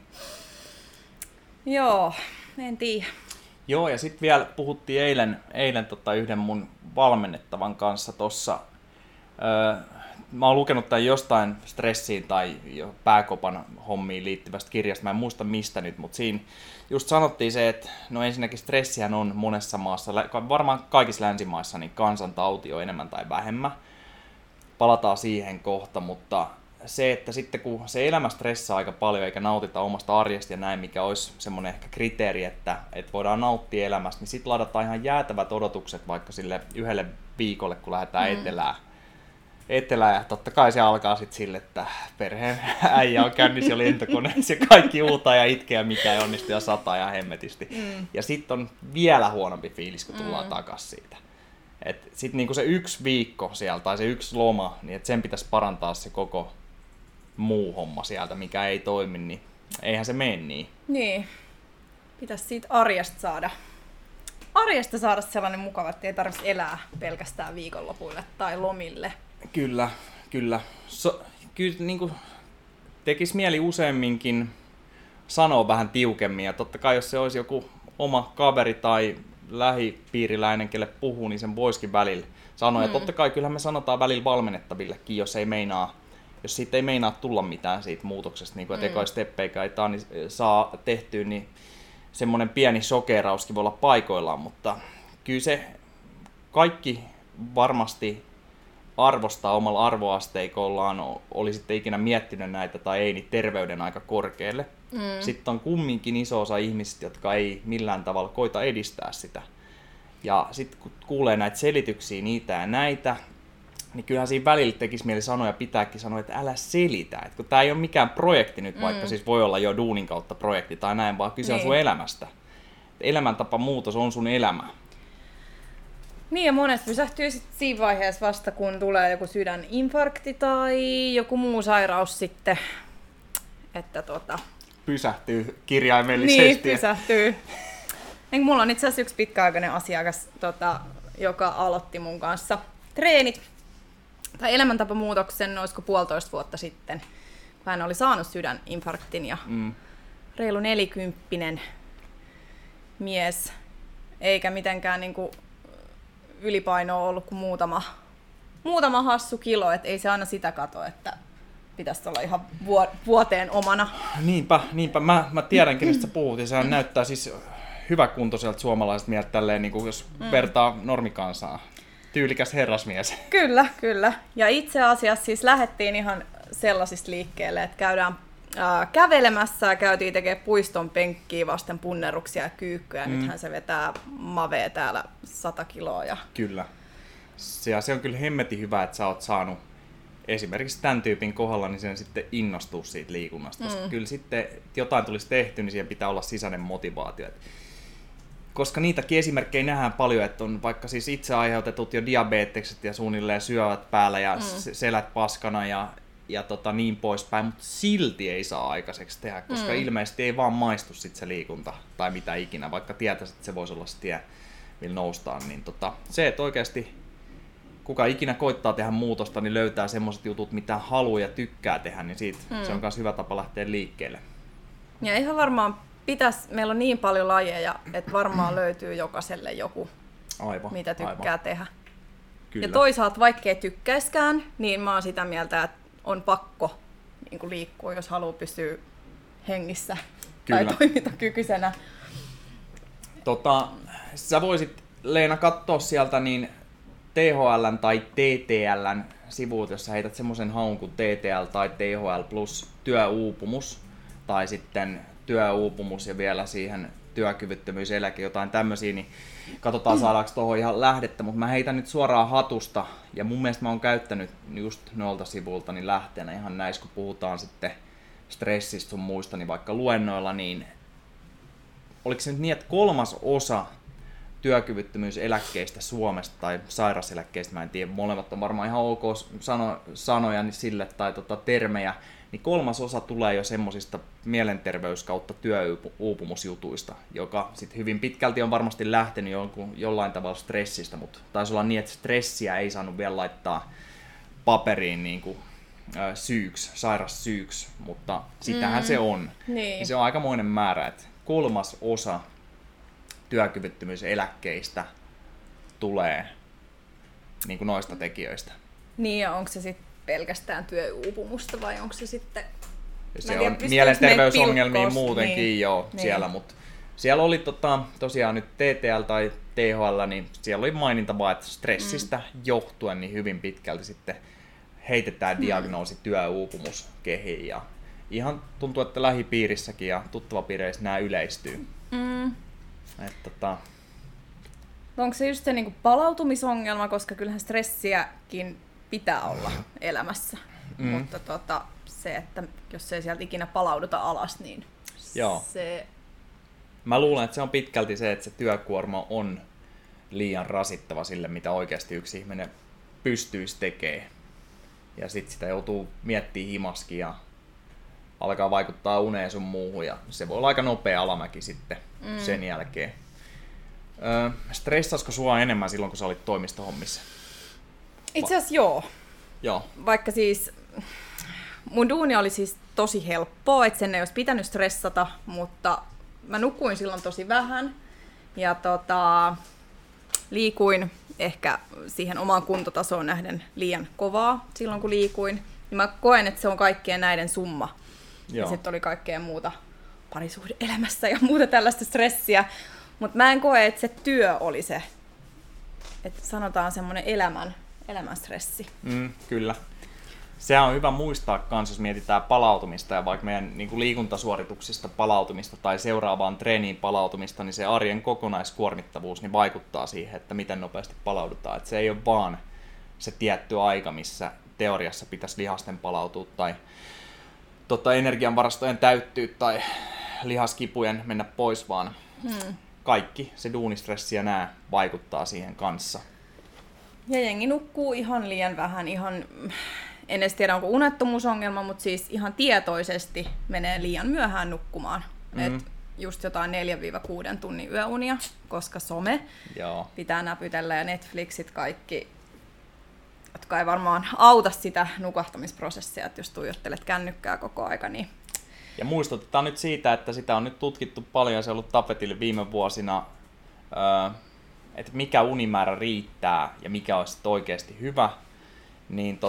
joo, en tiedä. Joo, ja sitten vielä puhuttiin eilen yhden mun valmennettavan kanssa tossa. Mä oon lukenut tämän jostain stressiin tai pääkopan hommiin liittyvästä kirjasta, mä en muista mistä nyt, mutta siinä just sanottiin se, että no ensinnäkin stressihän on monessa maassa, varmaan kaikissa länsimaissa, niin kansantauti on enemmän tai vähemmän. Palataan siihen kohta, mutta se, että sitten kun se elämä stressaa aika paljon eikä nautita omasta arjesta ja näin, mikä olisi semmoinen ehkä kriteeri, että voidaan nauttia elämästä, niin sitten ladataan ihan jäätävät odotukset vaikka sille yhdelle viikolle, kun lähdetään etelään, ja totta kai se alkaa sitten sille, että perheen äijä on kännissä jo lentokoneessa ja kaikki uutaa ja itkee ja mikä ei onnistu ja sataa ja hemmetisti. Ja sitten on vielä huonompi fiilis, kun tullaan takas siitä. Sitten niinku se yksi viikko siellä tai se yksi loma, niin et sen pitäisi parantaa se koko muu homma sieltä, mikä ei toimi, niin eihän se mene niin. Niin. Pitäisi siitä arjesta saada sellainen mukava, että ei tarvitse elää pelkästään viikonlopuille tai lomille. Kyllä. Kyllä niin kuin tekisi mieli useamminkin sanoa vähän tiukemmin, ja totta kai jos se olisi joku oma kaveri tai lähipiiriläinen, kelle puhuu, niin sen voisikin välillä sanoa. Ja totta kai kyllähän me sanotaan välillä valmennettavillekin, jos siitä ei meinaa tulla mitään siitä muutoksesta, niin kuin että eka steppejä ei saa tehtyä, niin semmoinen pieni shokerauskin voi olla paikoillaan, mutta kyllä se kaikki varmasti arvostaa omalla arvoasteikoillaan, oli sitten ikinä miettinyt näitä tai ei, niin terveyden aika korkealle. Sitten on kumminkin iso osa ihmisistä, jotka ei millään tavalla koita edistää sitä. Ja sitten kun kuulee näitä selityksiä, niitä ja näitä, niin kyllähän siinä välillä tekisi mieli sanoa ja pitääkin sanoa, että älä selitä. Et kun tämä ei ole mikään projekti nyt, vaikka siis voi olla jo duunin kautta projekti tai näin, vaan kyse on sun elämästä. Elämäntapa muutos on sun elämä. Niin, ja monet pysähtyy sitten siinä vaiheessa vasta, kun tulee joku sydäninfarkti tai joku muu sairaus sitten, että pysähtyy kirjaimellisesti. Niin, pysähtyy. Mulla on itse asiassa yksi pitkäaikainen asiakas, joka aloitti mun kanssa treenit tai elämäntapamuutoksen, olisiko 1,5 vuotta sitten, kun hän oli saanut sydäninfarktin ja reilu 40 mies, eikä mitenkään niinku ylipainoa ollut kuin muutama hassu kilo, et ei se aina sitä kato, että pitäisi olla ihan vuoteen omana. Niinpä. Mä tiedän, kenestä sä puhut, ja sehän näyttää siis hyväkuntoiselta suomalaiset mieltä tälleen, niin kuin jos vertaa normikansaa. Tyylikäs herrasmies. Kyllä. Ja itse asiassa siis lähdettiin ihan sellaisista liikkeelle, että käydään kävelemässä ja käytiin tekemään puiston penkkiä vasten punneruksia ja kyykkyjä. Nythän se vetää mavea täällä 100 kiloa. Ja... Kyllä. Se on kyllä hemmetin hyvä, että sä oot saanut esimerkiksi tämän tyypin kohdalla niin sen sitten innostua siitä liikunnasta. Koska kyllä sitten jotain tulisi tehty, niin siihen pitää olla sisäinen motivaatio. Koska niitäkin esimerkkejä nähdään paljon, että on vaikka siis itse aiheutetut jo diabetekset ja suunnilleen syövät päällä ja selät paskana ja niin poispäin, mutta silti ei saa aikaiseksi tehdä, koska ilmeisesti ei vaan maistu sit se liikunta tai mitä ikinä, vaikka tietäisi, että se voisi olla se tie, millä noustaan. Niin se, että oikeasti kuka ikinä koittaa tehdä muutosta, niin löytää semmoiset jutut, mitä haluaa ja tykkää tehdä, niin siitä se on myös hyvä tapa lähteä liikkeelle. Ja ihan varmaan meillä on niin paljon lajeja, että varmaan löytyy jokaiselle joku, mitä tykkää tehdä. Kyllä. Ja toisaalta vaikkei tykkäiskään, niin mä oon sitä mieltä, että on pakko niin kuin liikkua, jos haluaa pysyä hengissä tai toimintakykyisenä. Sä voisit, Leena, katsoa sieltä niin THL:n tai TTL:n sivuut, jos sä heität semmoisen haun kuin TTL tai THL plus työuupumus tai sitten työuupumus ja vielä siihen työkyvyttömyyseläke, jotain tämmöisiä, niin katsotaan saadaanko tuohon ihan lähdettä, mutta mä heitän nyt suoraan hatusta ja mun mielestä mä oon käyttänyt just noilta sivuilta niin lähteenä ihan näissä, kun puhutaan sitten stressistä sun muista, niin vaikka luennoilla, niin oliko se nyt niin, että 1/3 työkyvyttömyyseläkkeistä Suomesta tai sairaseläkkeistä, mä en tiedä, molemmat on varmaan ihan ok sanoja niin sille tai termejä, niin 1/3 tulee jo semmosista mielenterveys- kautta työuupumusjutuista, joka sitten hyvin pitkälti on varmasti lähtenyt jollain tavalla stressistä, mutta taisi olla niin, että stressiä ei saanut vielä laittaa paperiin niin kuin sairassyyksi, mutta sitähän se on. Niin. Se on aikamoinen määrä, että 1/3 työkyvyttömyyseläkkeistä tulee niin kuin noista tekijöistä. Niin, ja onko se sitten pelkästään työuupumusta vai onko se sitten... Se on mielenterveysongelmia muutenkin niin. Siellä, mutta siellä oli tosiaan nyt TTL tai THL, niin siellä oli maininta vaan, että stressistä johtuen niin hyvin pitkälti sitten heitetään diagnoosi työuupumus kehiin ja ihan tuntuu, että lähipiirissäkin ja tuttavapiireissä nämä yleistyy. Onko se just se niinku palautumisongelma, koska kyllähän stressiäkin pitää olla elämässä, mutta se, että jos ei sieltä ikinä palauduta alas, niin se... Mä luulen, että se on pitkälti se, että se työkuorma on liian rasittava sille, mitä oikeasti yksi ihminen pystyisi tekemään. Ja sitten sitä joutuu miettimään himaskin ja alkaa vaikuttaa uneen sun muuhun ja se voi olla aika nopea alamäki sitten sen jälkeen. Stressasko sua enemmän silloin, kun sä olit toimistohommissa? Itse asiassa joo. Vaikka siis mun duuni oli siis tosi helppoa, että sen ei olisi pitänyt stressata, mutta mä nukuin silloin tosi vähän ja liikuin ehkä siihen omaan kuntotasoon nähden liian kovaa silloin, kun liikuin. Ja mä koen, että se on kaikkien näiden summa. Ja sitten oli kaikkea parisuhde-elämässä ja muuta tällaista stressiä. Mutta mä en koe, että se työ oli se, että sanotaan semmoinen elämän stressi. Kyllä. Sehän on hyvä muistaa kans, jos mietitään palautumista ja vaikka meidän niin kuin liikuntasuorituksista palautumista tai seuraavaan treeniin palautumista, niin se arjen kokonaiskuormittavuus niin vaikuttaa siihen, että miten nopeasti palaudutaan. Että se ei ole vaan se tietty aika, missä teoriassa pitäisi lihasten palautua tai energianvarastojen täyttyä tai lihaskipujen mennä pois, vaan kaikki se duunistressi ja nämä vaikuttaa siihen kanssa. Ja jengi nukkuu ihan liian vähän, en edes tiedä onko unettomuusongelma, mutta siis ihan tietoisesti menee liian myöhään nukkumaan. Et just jotain 4-6 tunnin yöunia, koska some pitää näpytellä ja Netflixit kaikki, jotka ei varmaan auta sitä nukahtamisprosessia, että jos tuijottelet kännykkää koko aika, niin... Ja muistutetaan nyt siitä, että sitä on nyt tutkittu paljon ja se on ollut tapetille viime vuosina, että mikä unimäärä riittää ja mikä olisi oikeasti hyvä, niin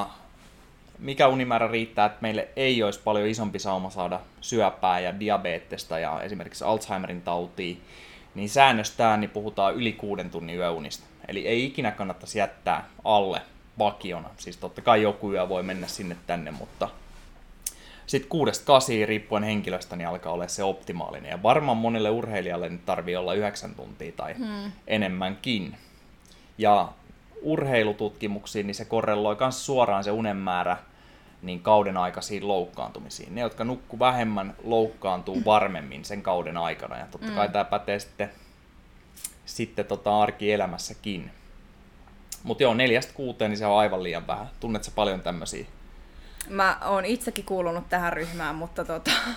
mikä unimäärä riittää, että meille ei olisi paljon isompi sauma saada syöpää ja diabetesta ja esimerkiksi Alzheimerin tautia, niin säännöstään niin puhutaan yli 6 tunnin yöunista. Eli ei ikinä kannattaisi jättää alle vakiona. Siis totta kai joku yö voi mennä sinne tänne, mutta sitten 6-8 riippuen henkilöstä niin alkaa olla se optimaalinen. Ja varmaan monelle urheilijalle niin tarvii olla 9 tuntia tai enemmänkin. Ja urheilututkimuksiin niin se korreloi myös suoraan se unen määrä niin kauden aikaisiin loukkaantumisiin. Ne, jotka nukkuu vähemmän, loukkaantuu varmemmin sen kauden aikana. Ja totta kai tämä pätee sitten arkielämässäkin. Mutta joo, 4-6 niin se on aivan liian vähän. Tunnetko paljon tämmöisiä? Mä oon itsekin kuulunut tähän ryhmään, mutta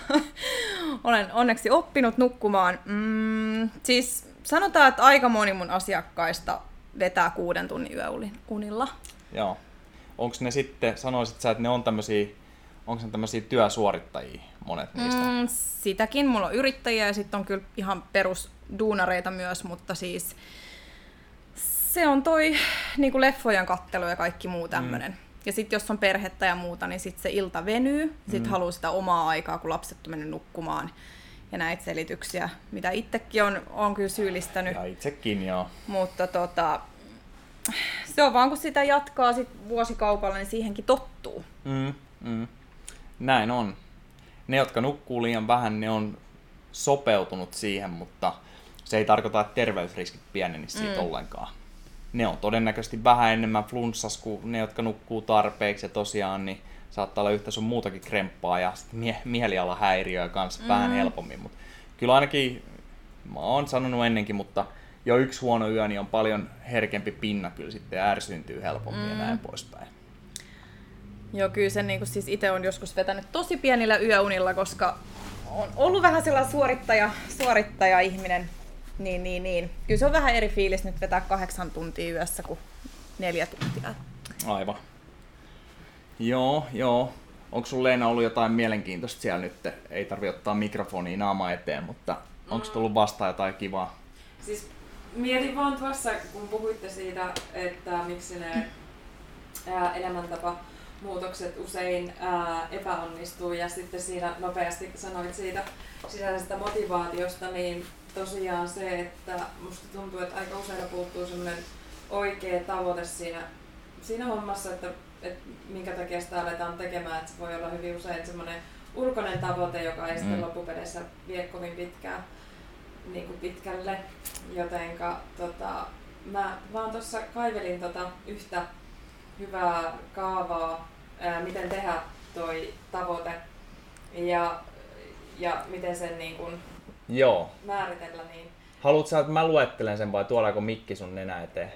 olen onneksi oppinut nukkumaan. Siis sanotaan, että aika moni mun asiakkaista vetää 6 tunnin yöunilla. Joo. Onko ne sitten, sanoisit sä, että ne on tämmöisiä työsuorittajia monet niistä? Sitäkin. Mulla on yrittäjiä ja sitten on kyllä ihan perusduunareita myös, mutta siis se on toi niinku leffojen kattelu ja kaikki muu tämmönen. Ja sitten jos on perhettä ja muuta, niin sitten se ilta venyy. Sitten haluaa sitä omaa aikaa, kun lapset on mennyt nukkumaan. Ja näitä selityksiä, mitä itsekin on kyllä syyllistänyt. Ja itsekin, joo. Mutta se on vaan, kun sitä jatkaa sit vuosikaupalla, niin siihenkin tottuu. Näin on. Ne, jotka nukkuu liian vähän, ne on sopeutunut siihen, mutta se ei tarkoita, että terveysriskit pienenisivät siitä ollenkaan. Ne on todennäköisesti vähän enemmän flunssas kuin ne, jotka nukkuu tarpeeksi ja tosiaan niin saattaa olla yhtä sun muutakin kremppaa ja mielialahäiriöä kanssa vähän helpommin. Mut kyllä ainakin, mä oon sanonut ennenkin, mutta jo yksi huono yö niin on paljon herkempi pinna kyllä sitten ärsyyntyy helpommin ja näin poispäin. Joo, kyllä sen niin siis itse on joskus vetänyt tosi pienillä yöunilla, koska on ollut vähän sellainen suorittaja-ihminen. Niin. Kyllä se on vähän eri fiilis nyt vetää 8 tuntia yössä kuin 4 tuntia. Aivan. Joo. Onko sun Leena ollut jotain mielenkiintoista siellä nyt? Ei tarvi ottaa mikrofonia naama eteen, mutta onko tullut vastaan jotain kivaa? Siis mietin vaan tuossa, kun puhuitte siitä, että miksi ne elämäntapamuutokset usein epäonnistuu ja sitten siinä nopeasti sanoit siitä sisäisestä motivaatiosta, niin tosiaan se, että musta tuntuu, että aika usein puuttuu semmoinen oikea tavoite siinä hommassa, että minkä takia sitä aletaan tekemään, että se voi olla hyvin usein semmoinen ulkoinen tavoite, joka ei sitten loppupeleissä vie kovin pitkälle, jotenka mä vaan tuossa kaivelin yhtä hyvää kaavaa, miten tehdä toi tavoite ja miten sen niin kun määritellä. Niin... Haluatko sä, että mä luettelen sen vai tuodaanko mikki sun nenä eteen?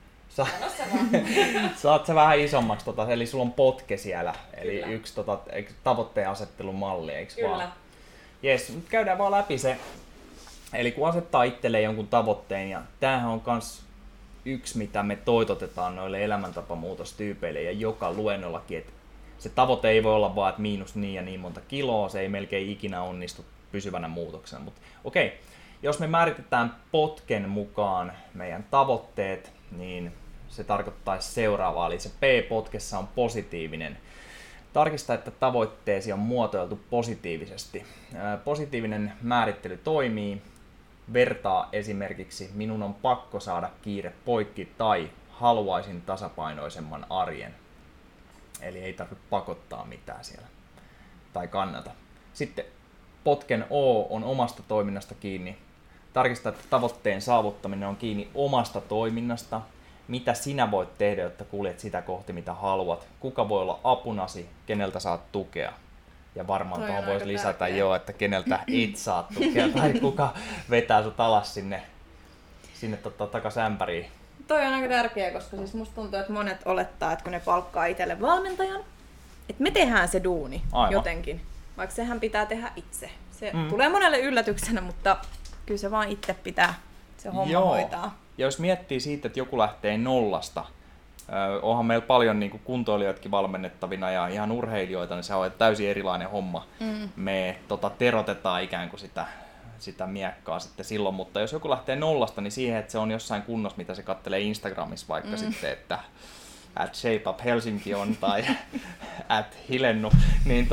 Saat sä vähän isommaksi, eli sulla on potke siellä, eli kyllä. Yksi tavoitteen asettelun malli, eikö kyllä. Vaan? Jes, nyt käydään vaan läpi se. Eli kun asettaa itselleen jonkun tavoitteen, ja tämähän on kans yksi, mitä me toitotetaan noille elämäntapamuutostyypeille ja joka luennollakin, että se tavoite ei voi olla vaan, että miinus niin ja niin monta kiloa, se ei melkein ikinä onnistu pysyvänä muutoksena. Mutta okei, jos me määritetään potken mukaan meidän tavoitteet, niin se tarkoittaisi seuraavaa, eli se P-potkessa on positiivinen Tarkista, että tavoitteesi on muotoiltu positiivisesti. Positiivinen määrittely toimii. Vertaa esimerkiksi minun on pakko saada kiire poikki tai haluaisin tasapainoisemman arjen. Eli ei tarvitse pakottaa mitään siellä. Tai kannata. Sitten potken O on omasta toiminnasta kiinni. Tarkista, että tavoitteen saavuttaminen on kiinni omasta toiminnasta. Mitä sinä voit tehdä, jotta kuljet sitä kohti, mitä haluat? Kuka voi olla apunasi, keneltä saat tukea? Ja varmaan tuohon voisi lisätä jo, että keneltä et saa tukea tai kuka vetää sut alas sinne takas ämpäriin. Toi on aika tärkeää, koska siis musta tuntuu, että monet olettaa, että kun ne palkkaa itselle valmentajan, että me tehdään se duuni jotenkin, vaikka sehän pitää tehdä itse. Se tulee monelle yllätyksenä, mutta kyllä se vaan itse pitää se homma hoitaa. Ja jos miettii siitä, että joku lähtee nollasta, onhan meillä paljon niin kuin kuntoilijoitakin valmennettavina ja ihan urheilijoita, niin se on täysin erilainen homma. Me terotetaan ikään kuin sitä miekkaa sitten silloin, mutta jos joku lähtee nollasta, niin siihen, että se on jossain kunnossa, mitä se kattelee Instagramissa vaikka sitten, että @ShapeUp_Helsinki on tai @Hilennu, niin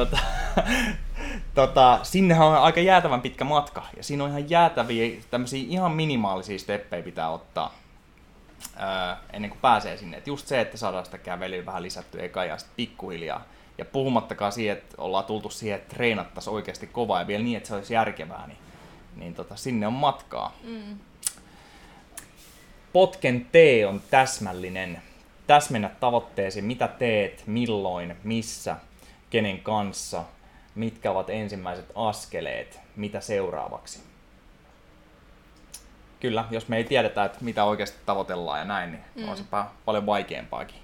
sinnehän on aika jäätävän pitkä matka ja siinä on ihan jäätäviä tämmöisiä ihan minimaalisia steppejä pitää ottaa ennen kuin pääsee sinne. Et just se, että saadaan sitä kävelyä vähän lisättyä eka ja sitten pikkuhiljaa. Ja puhumattakaan siihen, että ollaan tultu siihen, että treenattaisiin oikeasti kovaa ja vielä niin, että se olisi järkevää, niin sinne on matkaa. Potken T on täsmällinen. Täsmennä tavoitteesi, mitä teet, milloin, missä, kenen kanssa, mitkä ovat ensimmäiset askeleet, mitä seuraavaksi. Kyllä, jos me ei tiedetä, että mitä oikeasti tavoitellaan ja näin, niin on se paljon vaikeampaakin.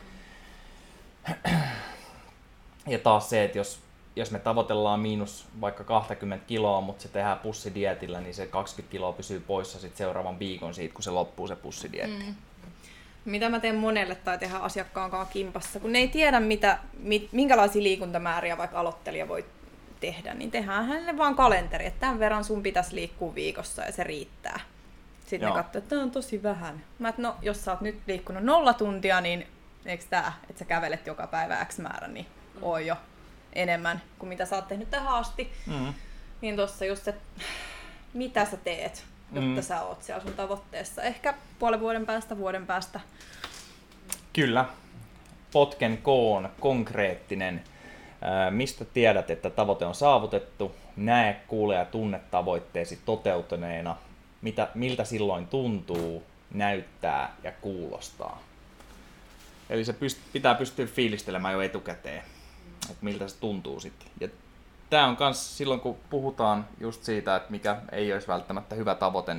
Ja taas se, että jos me tavoitellaan miinus vaikka 20 kiloa, mutta se tehdään pussidietillä, niin se 20 kiloa pysyy poissa sit seuraavan viikon siitä, kun se loppuu se pussidietti. Mitä mä teen monelle tai tehdään asiakkaan kanssa kimpassa, kun ne ei tiedä minkälaisia liikuntamääriä vaikka aloittelija voi tehdä, niin tehdään hänelle vaan kalenteri, että tämän verran sun pitäisi liikkua viikossa ja se riittää. Sitten ne katsoo, että tämä on tosi vähän. Mä et, no, jos sä oot nyt liikkunut 0 tuntia, niin eikö tää, että sä kävelet joka päivä X määrä, niin on jo enemmän kuin mitä sä oot tehnyt tähän asti. Niin tossa just, että mitä sä teet, jotta sä oot siellä sun tavoitteessa. Ehkä puolen vuoden päästä, vuoden päästä. Kyllä. Potken K on konkreettinen. Mistä tiedät, että tavoite on saavutettu? Näe, kuule ja tunne tavoitteesi toteutuneena. Miltä silloin tuntuu, näyttää ja kuulostaa. Eli se pitää pystyä fiilistelemään jo etukäteen, että miltä se tuntuu sitten. Ja tämä on myös silloin, kun puhutaan just siitä, että mikä ei olisi välttämättä hyvä tavoite,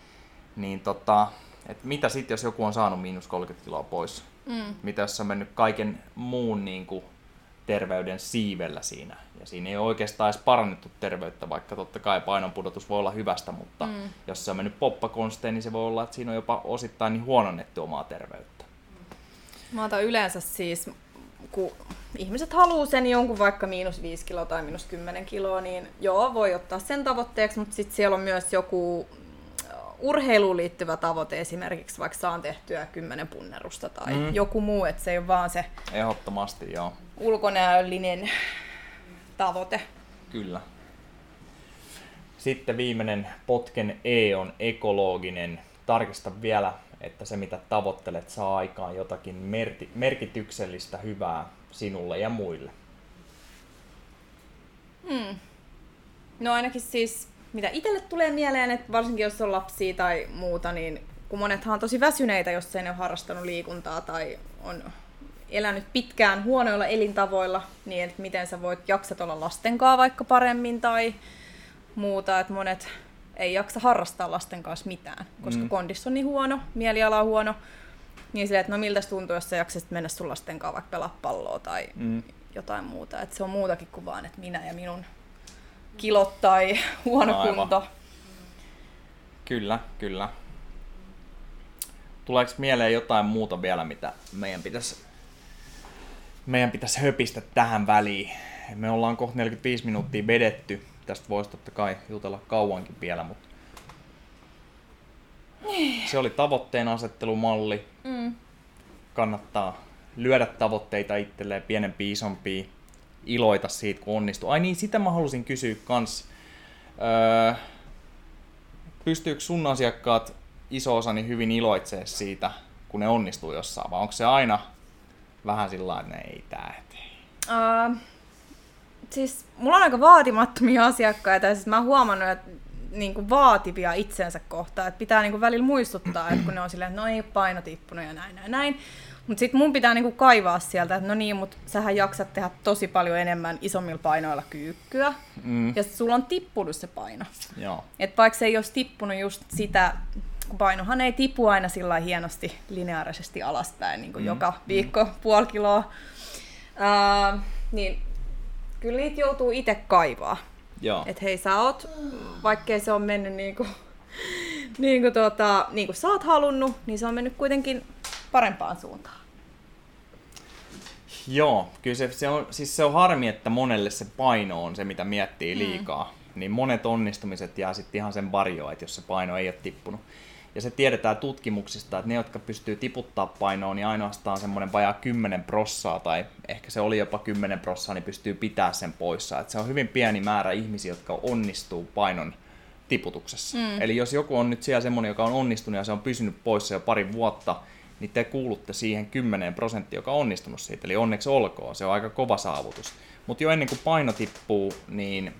että mitä sitten, jos joku on saanut miinus 30 kiloa pois? Mitä jos on mennyt kaiken muun niin kuin terveyden siivellä siinä? Ja siinä ei ole oikeastaan edes parannettu terveyttä, vaikka totta kai painonpudotus voi olla hyvästä, mutta jos se on mennyt poppakonstein, niin se voi olla, että siinä on jopa osittain niin huononnettu omaa terveyttä. Mä otan yleensä siis, kun ihmiset haluaa sen jonkun vaikka miinus 5 kiloa tai miinus 10 kiloa, niin joo, voi ottaa sen tavoitteeksi, mutta sitten siellä on myös joku urheiluun liittyvä tavoite, esimerkiksi vaikka saan tehtyä 10 punnerusta tai joku muu, että se ei ole vaan se ehdottomasti, joo, ulkonäöllinen tavoite. Kyllä. Sitten viimeinen potken E on ekologinen. Tarkista vielä, että se mitä tavoittelet saa aikaan jotakin merkityksellistä hyvää sinulle ja muille. No ainakin siis, mitä itselle tulee mieleen, että varsinkin jos on lapsia tai muuta, niin kun monethan on tosi väsyneitä, jos ei ne ole harrastanut liikuntaa tai on elänyt pitkään huonoilla elintavoilla, niin että miten sä jaksat olla lasten kanssa vaikka paremmin tai muuta, että monet ei jaksa harrastaa lasten kanssa mitään, koska kondis on niin huono, mieliala on huono, niin silleen, että no miltä tuntuu, jos sä jaksasit mennä sun lasten kanssa vaikka pelaa palloa tai jotain muuta, että se on muutakin kuin vaan, että minä ja minun kilot tai huono kunto. Kyllä, kyllä. Tuleeko mieleen jotain muuta vielä, mitä meidän pitäisi höpistä tähän väliin? Me ollaan kohta 45 minuuttia vedetty. Tästä voisi totta kai jutella kauankin vielä, mutta se oli tavoitteen asettelumalli. Kannattaa lyödä tavoitteita itselleen, pienempiä, isompia. iloita siitä, kun onnistuu. Ai niin, sitä mä halusin kysyä kans. Pystyykö sun asiakkaat iso osani hyvin iloitsemaan siitä, kun ne onnistuu jossain, vai onko se aina vähän sillä että ei tää tee? Siis mulla on aika vaatimattomia asiakkaita, ja siis mä oon huomannut, että niinku vaativia itsensä kohtaan, että pitää niinku välillä muistuttaa, että kun ne on silleen, että no ei ole paino tippunut ja näin. Mutta sitten mun pitää niinku kaivaa sieltä, että no niin, mutta sähän jaksat tehdä tosi paljon enemmän isommilla painoilla kyykkyä, ja sulla on tippunut se paino. Että vaikka se ei olisi tippunut just sitä, kun painohan ei tipu aina sillä hienosti lineaarisesti alaspäin, niin kuin joka viikko puoli kiloa, niin kyllä niitä joutuu itse kaivaa. Että hei, sä oot, vaikkei se on mennyt niin kuin sä oot halunnut, niin se on mennyt kuitenkin parempaan suuntaan. Joo, kyllä se on harmi, että monelle se paino on se, mitä miettii liikaa. Niin monet onnistumiset jää sitten ihan sen varjoon, että jos se paino ei ole tippunut. Ja se tiedetään tutkimuksista, että ne, jotka pystyy tiputtaa painoa, niin ainoastaan semmoinen vajaa 10% tai ehkä se oli jopa 10%, niin pystyy pitää sen poissa. Että se on hyvin pieni määrä ihmisiä, jotka onnistuu painon tiputuksessa. Eli jos joku on nyt siellä semmoinen, joka on onnistunut ja se on pysynyt poissa jo pari vuotta, niin te kuulutte siihen 10%, joka on onnistunut siitä. Eli onneksi olkoon, se on aika kova saavutus. Mutta jo ennen kuin paino tippuu, niin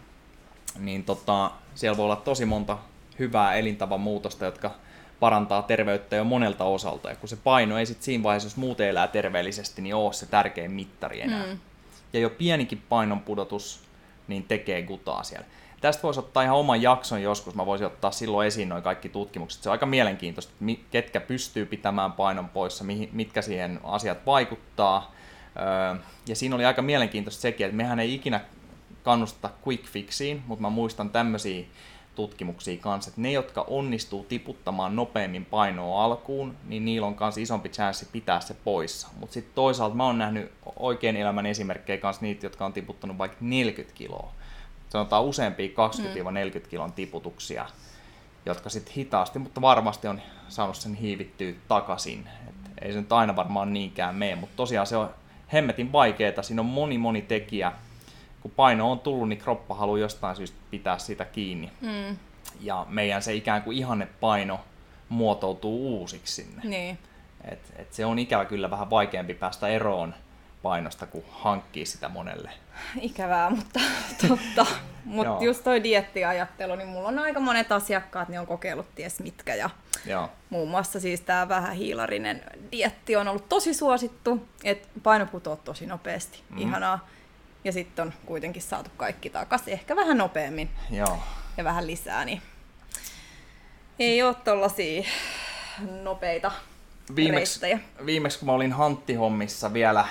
siellä voi olla tosi monta hyvää elintavan muutosta, jotka parantaa terveyttä jo monelta osalta. Ja kun se paino ei sitten siinä vaiheessa, jos muuten elää terveellisesti, niin ole se tärkein mittari enää. Ja jo pienikin painon pudotus niin tekee gutaa siellä. Tästä voisi ottaa ihan oman jakson joskus. Mä voisin ottaa silloin esiin noin kaikki tutkimukset. Se on aika mielenkiintoista, ketkä pystyy pitämään painon poissa, mitkä siihen asiat vaikuttaa. Ja siinä oli aika mielenkiintoista sekin, että mehän ei ikinä kannusteta quick fixiin, mutta mä muistan tämmöisiä tutkimuksia kanssa, että ne, jotka onnistuu tiputtamaan nopeammin painoa alkuun, niin niillä on myös isompi chanssi pitää se poissa. Mutta sitten toisaalta mä oon nähnyt oikein elämän esimerkkejä kanssa niitä, jotka on tiputtanut vaikka 40 kiloa. Sanotaan useampia 20-40 kilon tiputuksia, jotka sitten hitaasti, mutta varmasti on saanut sen hiivittyä takaisin. Et ei se nyt aina varmaan niinkään mene, mutta tosiaan se on hemmetin vaikeaa. Siinä on moni tekijä. Kun paino on tullut, niin kroppa haluaa jostain syystä pitää sitä kiinni. Ja meidän se ikään kuin ihannepaino muotoutuu uusiksi sinne. Niin. Et se on ikävä kyllä vähän vaikeampi päästä eroon painosta, kun hankkii sitä monelle. Ikävää, mutta totta. Mutta just toi dieettiajattelu, niin mulla on aika monet asiakkaat, ne on kokeillut ties mitkä. Ja muun muassa siis tää vähän hiilarinen dieetti on ollut tosi suosittu, että paino putoaa tosi nopeasti. Ihanaa. Ja sitten on kuitenkin saatu kaikki takaisin, ehkä vähän nopeammin ja vähän lisää, niin ei ole tollasia nopeita reittejä. Viimeksi kun mä olin hanttihommissa vielä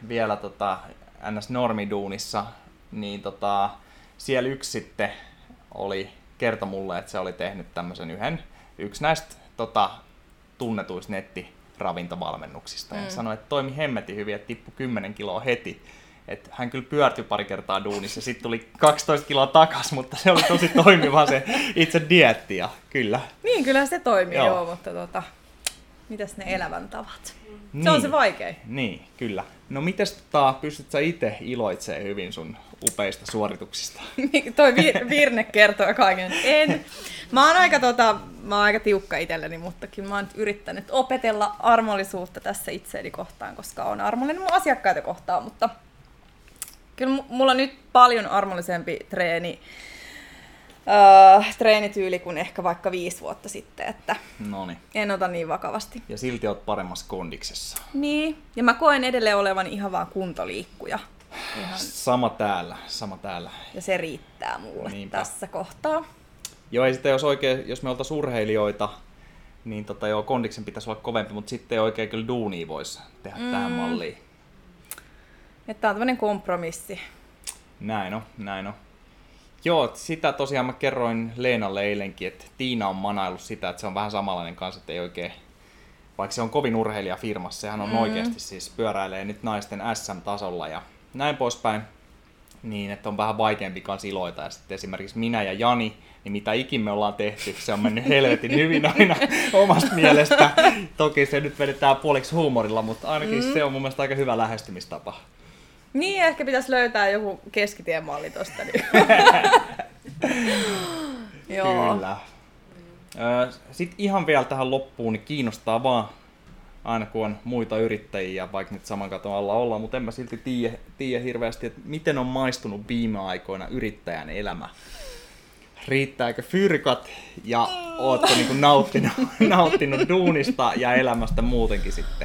NS-normiduunissa, niin siellä yksi sitten kertoi mulle, että se oli tehnyt tämmöisen yksi näistä tunnetuista nettiravintovalmennuksista. Ja sanoi, että toimi hemmetin hyvin, että tippui 10 kiloa heti. Että hän kyllä pyörtyi pari kertaa duunissa ja sitten tuli 12 kiloa takas, mutta se oli tosi toimiva se itse dieetti ja kyllä. Niin, kyllä se toimii mutta mitäs ne elämäntavat? Se on se vaikein. Niin, kyllä. No mites pystyt sä itse iloitsemaan hyvin sun upeista suorituksista? Toi Virne kertoo kaiken. Mä oon aika tiukka itselleni, mutta kyllä mä oon yrittänyt opetella armollisuutta tässä itseäni kohtaan, koska on armollinen mun asiakkaita kohtaan, mutta kyllä mulla on nyt paljon armollisempi treenityyli kuin ehkä vaikka 5 vuotta sitten, että en ota niin vakavasti. Ja silti oot paremmassa kondiksessa. Niin, ja mä koen edelleen olevan ihan vaan kuntoliikkuja. Sama täällä. Ja se riittää mulle tässä kohtaa. Joo, ei sitten jos me oltaisiin urheilijoita, niin kondiksen pitäisi olla kovempi, mutta sitten ei oikein kyllä duunia voisi tehdä tähän malliin. Että tää on tämmönen kompromissi. Näin on. Joo, sitä tosiaan mä kerroin Leenalle eilenkin, että Tiina on manaillut sitä, että se on vähän samanlainen kanssa, että ei oikein, vaikka se on kovin urheilija firmassa, sehän on oikeasti siis pyöräilee nyt naisten SM-tasolla ja näin poispäin, niin että on vähän vaikeampi kanssa iloita. Ja sitten esimerkiksi minä ja Jani, niin mitä ikin me ollaan tehty, se on mennyt helvetin hyvin aina omasta mielestä. Toki se nyt vedetään puoliksi huumorilla, mutta ainakin se on mun mielestä aika hyvä lähestymistapa. Niin, ehkä pitäisi löytää joku keskitiemalli tosta. Niin. Joo. Kyllä. Sitten ihan vielä tähän loppuun, niin kiinnostaa vaan, aina kun on muita yrittäjiä, vaikka nyt saman katon alla ollaan, mutta en mä silti tiedä hirveästi, että miten on maistunut viime aikoina yrittäjän elämä. Riittääkö fyrkat ja ootko niinku nauttinut duunista ja elämästä muutenkin sitten?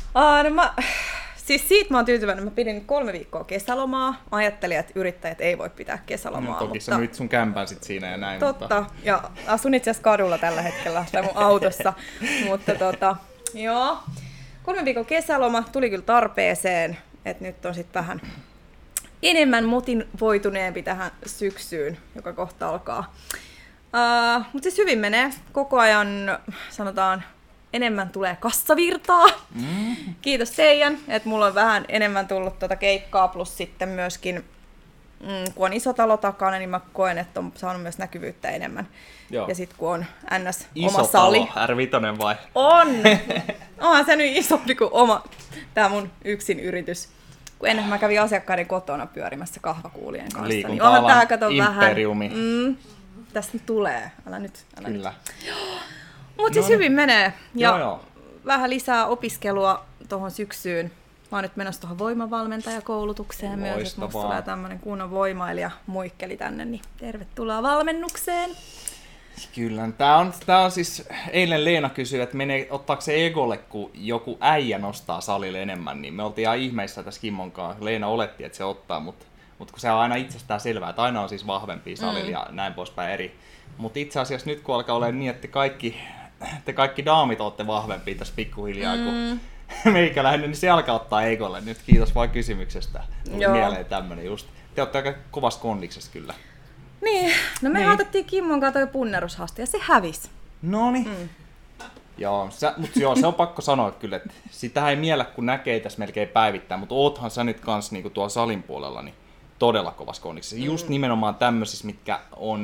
Siis siitä mä oon tyytyväinen. Mä pidin 3 viikkoa kesälomaa. Mä ajattelin, että yrittäjät ei voi pitää kesälomaa. No, toki sä myit sun kämpän sit siinä ja näin. Totta. Mutta... Ja asun itse asiassa kadulla tällä hetkellä, tai mun autossa. Mutta joo. 3 viikon kesäloma tuli kyllä tarpeeseen. Että nyt on sitten vähän enemmän motivoituneempi tähän syksyyn, joka kohta alkaa. Mutta siis hyvin menee. Koko ajan, sanotaan, enemmän tulee kassavirtaa. Kiitos teidän, että mulla on vähän enemmän tullut keikkaa, plus sitten myöskin, kun on iso talo takana, niin mä koen, että on saanut myös näkyvyyttä enemmän. Joo. Ja sitten kun on NS iso oma sali. Iso talo, R5 vai? On! Onhan se nyt isompi kuin tää mun yksin yritys. Kun ennen mä kävin asiakkaiden kotona pyörimässä kahvakuulien kanssa. Liikunta-alan imperiumi. Tästä tulee. Älä nyt. Kyllä. Mutta siis hyvin menee. Ja joo. Vähän lisää opiskelua tuohon syksyyn. Mä oon nyt menossa tuohon voimavalmentajakoulutukseen myös. Että musta tulee tämmönen kunnon voimailija muikkeli tänne, niin tervetuloa valmennukseen. Kyllä, tää on siis, eilen Leena kysyi, että ottaako se egolle, kun joku äijä nostaa salille enemmän, niin me oltiin ihan ihmeissä tässä Kimmon kanssa. Leena oletti, että se ottaa, mutta kun se on aina itsestään selvää, että aina on siis vahvempia salilla ja näin poispäin eri. Mutta itse asiassa nyt kun alkaa olemaan niin, että te kaikki daamit olette vahvempia tässä pikkuhiljaa kuin meikäläinen, niin se alkaa ottaa egolle. Nyt kiitos vaan kysymyksestä. Tuli mieleen tämmönen just. Te olette aika kovassa kondiksessa kyllä. Niin, no me otettiin Kimmon kanssa toi punnerushaaste ja se hävisi. Noniin. Joo, mutta se on pakko sanoa kyllä, että sitä ei miellä kun näkee tässä melkein päivittäin, mutta oothan sä nyt kans niinku tuolla salin puolella niin todella kovassa kondiksessa. Just nimenomaan tämmöisissä, mitkä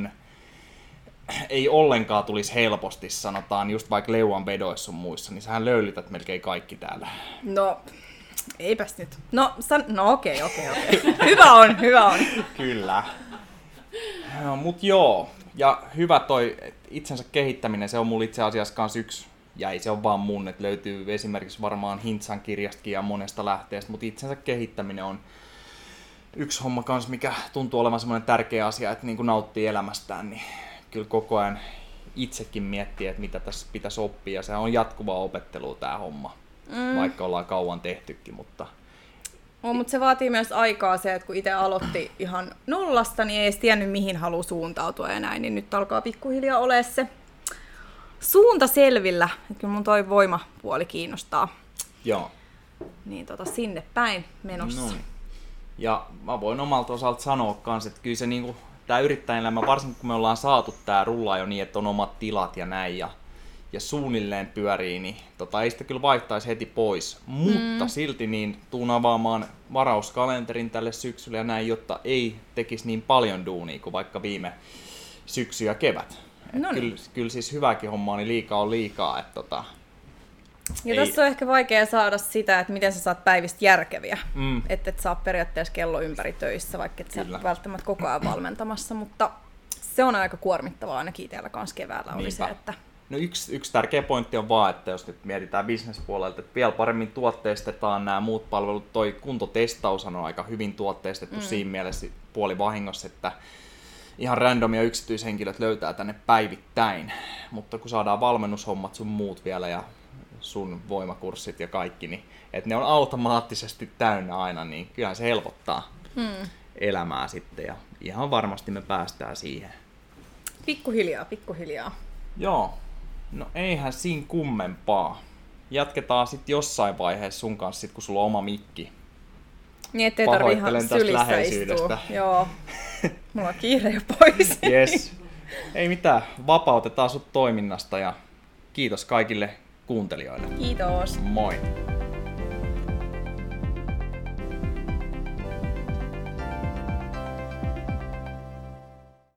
ei ollenkaan tulisi helposti, sanotaan just vaikka leuan vedoissa on muissa, niin sähän löylytät melkein kaikki täällä. No, eipäs nyt. No okei. Hyvä on. Kyllä. No, mut joo, ja hyvä toi itsensä kehittäminen, se on mulla itse asiassa kans yksi, ja ei se on vaan mun, että löytyy esimerkiksi varmaan Hintsan kirjastakin ja monesta lähteestä, mutta itsensä kehittäminen on yksi homma kans, mikä tuntuu olevan semmoinen tärkeä asia, että niin kun nauttii elämästään, niin kyllä koko ajan itsekin miettii, että mitä tässä pitäisi oppia, ja se on jatkuvaa opettelua tää homma, vaikka ollaan kauan tehtykin, mutta... Mutta se vaatii myös aikaa se, että kun itse aloitti ihan nollasta, niin ei edes tiennyt mihin haluaa suuntautua ja näin, niin nyt alkaa pikkuhiljaa olemaan se suunta selvillä, että kyllä mun toi voimapuoli kiinnostaa. Joo. Niin sinne päin menossa. No. Ja mä voin omalta osalta sanoa kans, että kyllä se niinku, tää yrittäjäelämä, varsinkin kun me ollaan saatu tää rullaa jo niin, että on omat tilat ja näin ja suunnilleen pyörii, niin ei sitä kyllä vaihtaisi heti pois. Mutta silti niin tuun avaamaan varauskalenterin tälle syksylle ja näin, jotta ei tekisi niin paljon duunia kuin vaikka viime syksy ja kevät. Kyllä siis hyväkin hommaa, niin liikaa on liikaa. Ja tässä on ehkä vaikea saada sitä, että miten sä saat päivistä järkeviä. Että et saa periaatteessa kello ympäri töissä, vaikka et sä välttämättä koko ajan valmentamassa, mutta se on aika kuormittavaa ainakin itsellä kanssa keväällä oli se, että... No yksi tärkeä pointti on vaan, että jos nyt mietitään bisnespuolelta, että vielä paremmin tuotteistetaan nämä muut palvelut. Toi kuntotestaus on aika hyvin tuotteistettu siinä mielessä puolivahingossa, että ihan randomia yksityishenkilöt löytää tänne päivittäin. Mutta kun saadaan valmennushommat sun muut vielä ja sun voimakurssit ja kaikki, niin että ne on automaattisesti täynnä aina, niin kyllähän se helpottaa elämää sitten ja ihan varmasti me päästään siihen. Pikkuhiljaa. Joo. No eihän siinä kummempaa. Jatketaan sitten jossain vaiheessa sun kanssa, kun sulla on oma mikki. Niin ettei tarvii ihan sylissä istua. Joo. Mulla on kiire jo pois. Yes. Ei mitään. Vapautetaan sut toiminnasta ja kiitos kaikille kuuntelijoille. Kiitos. Moi.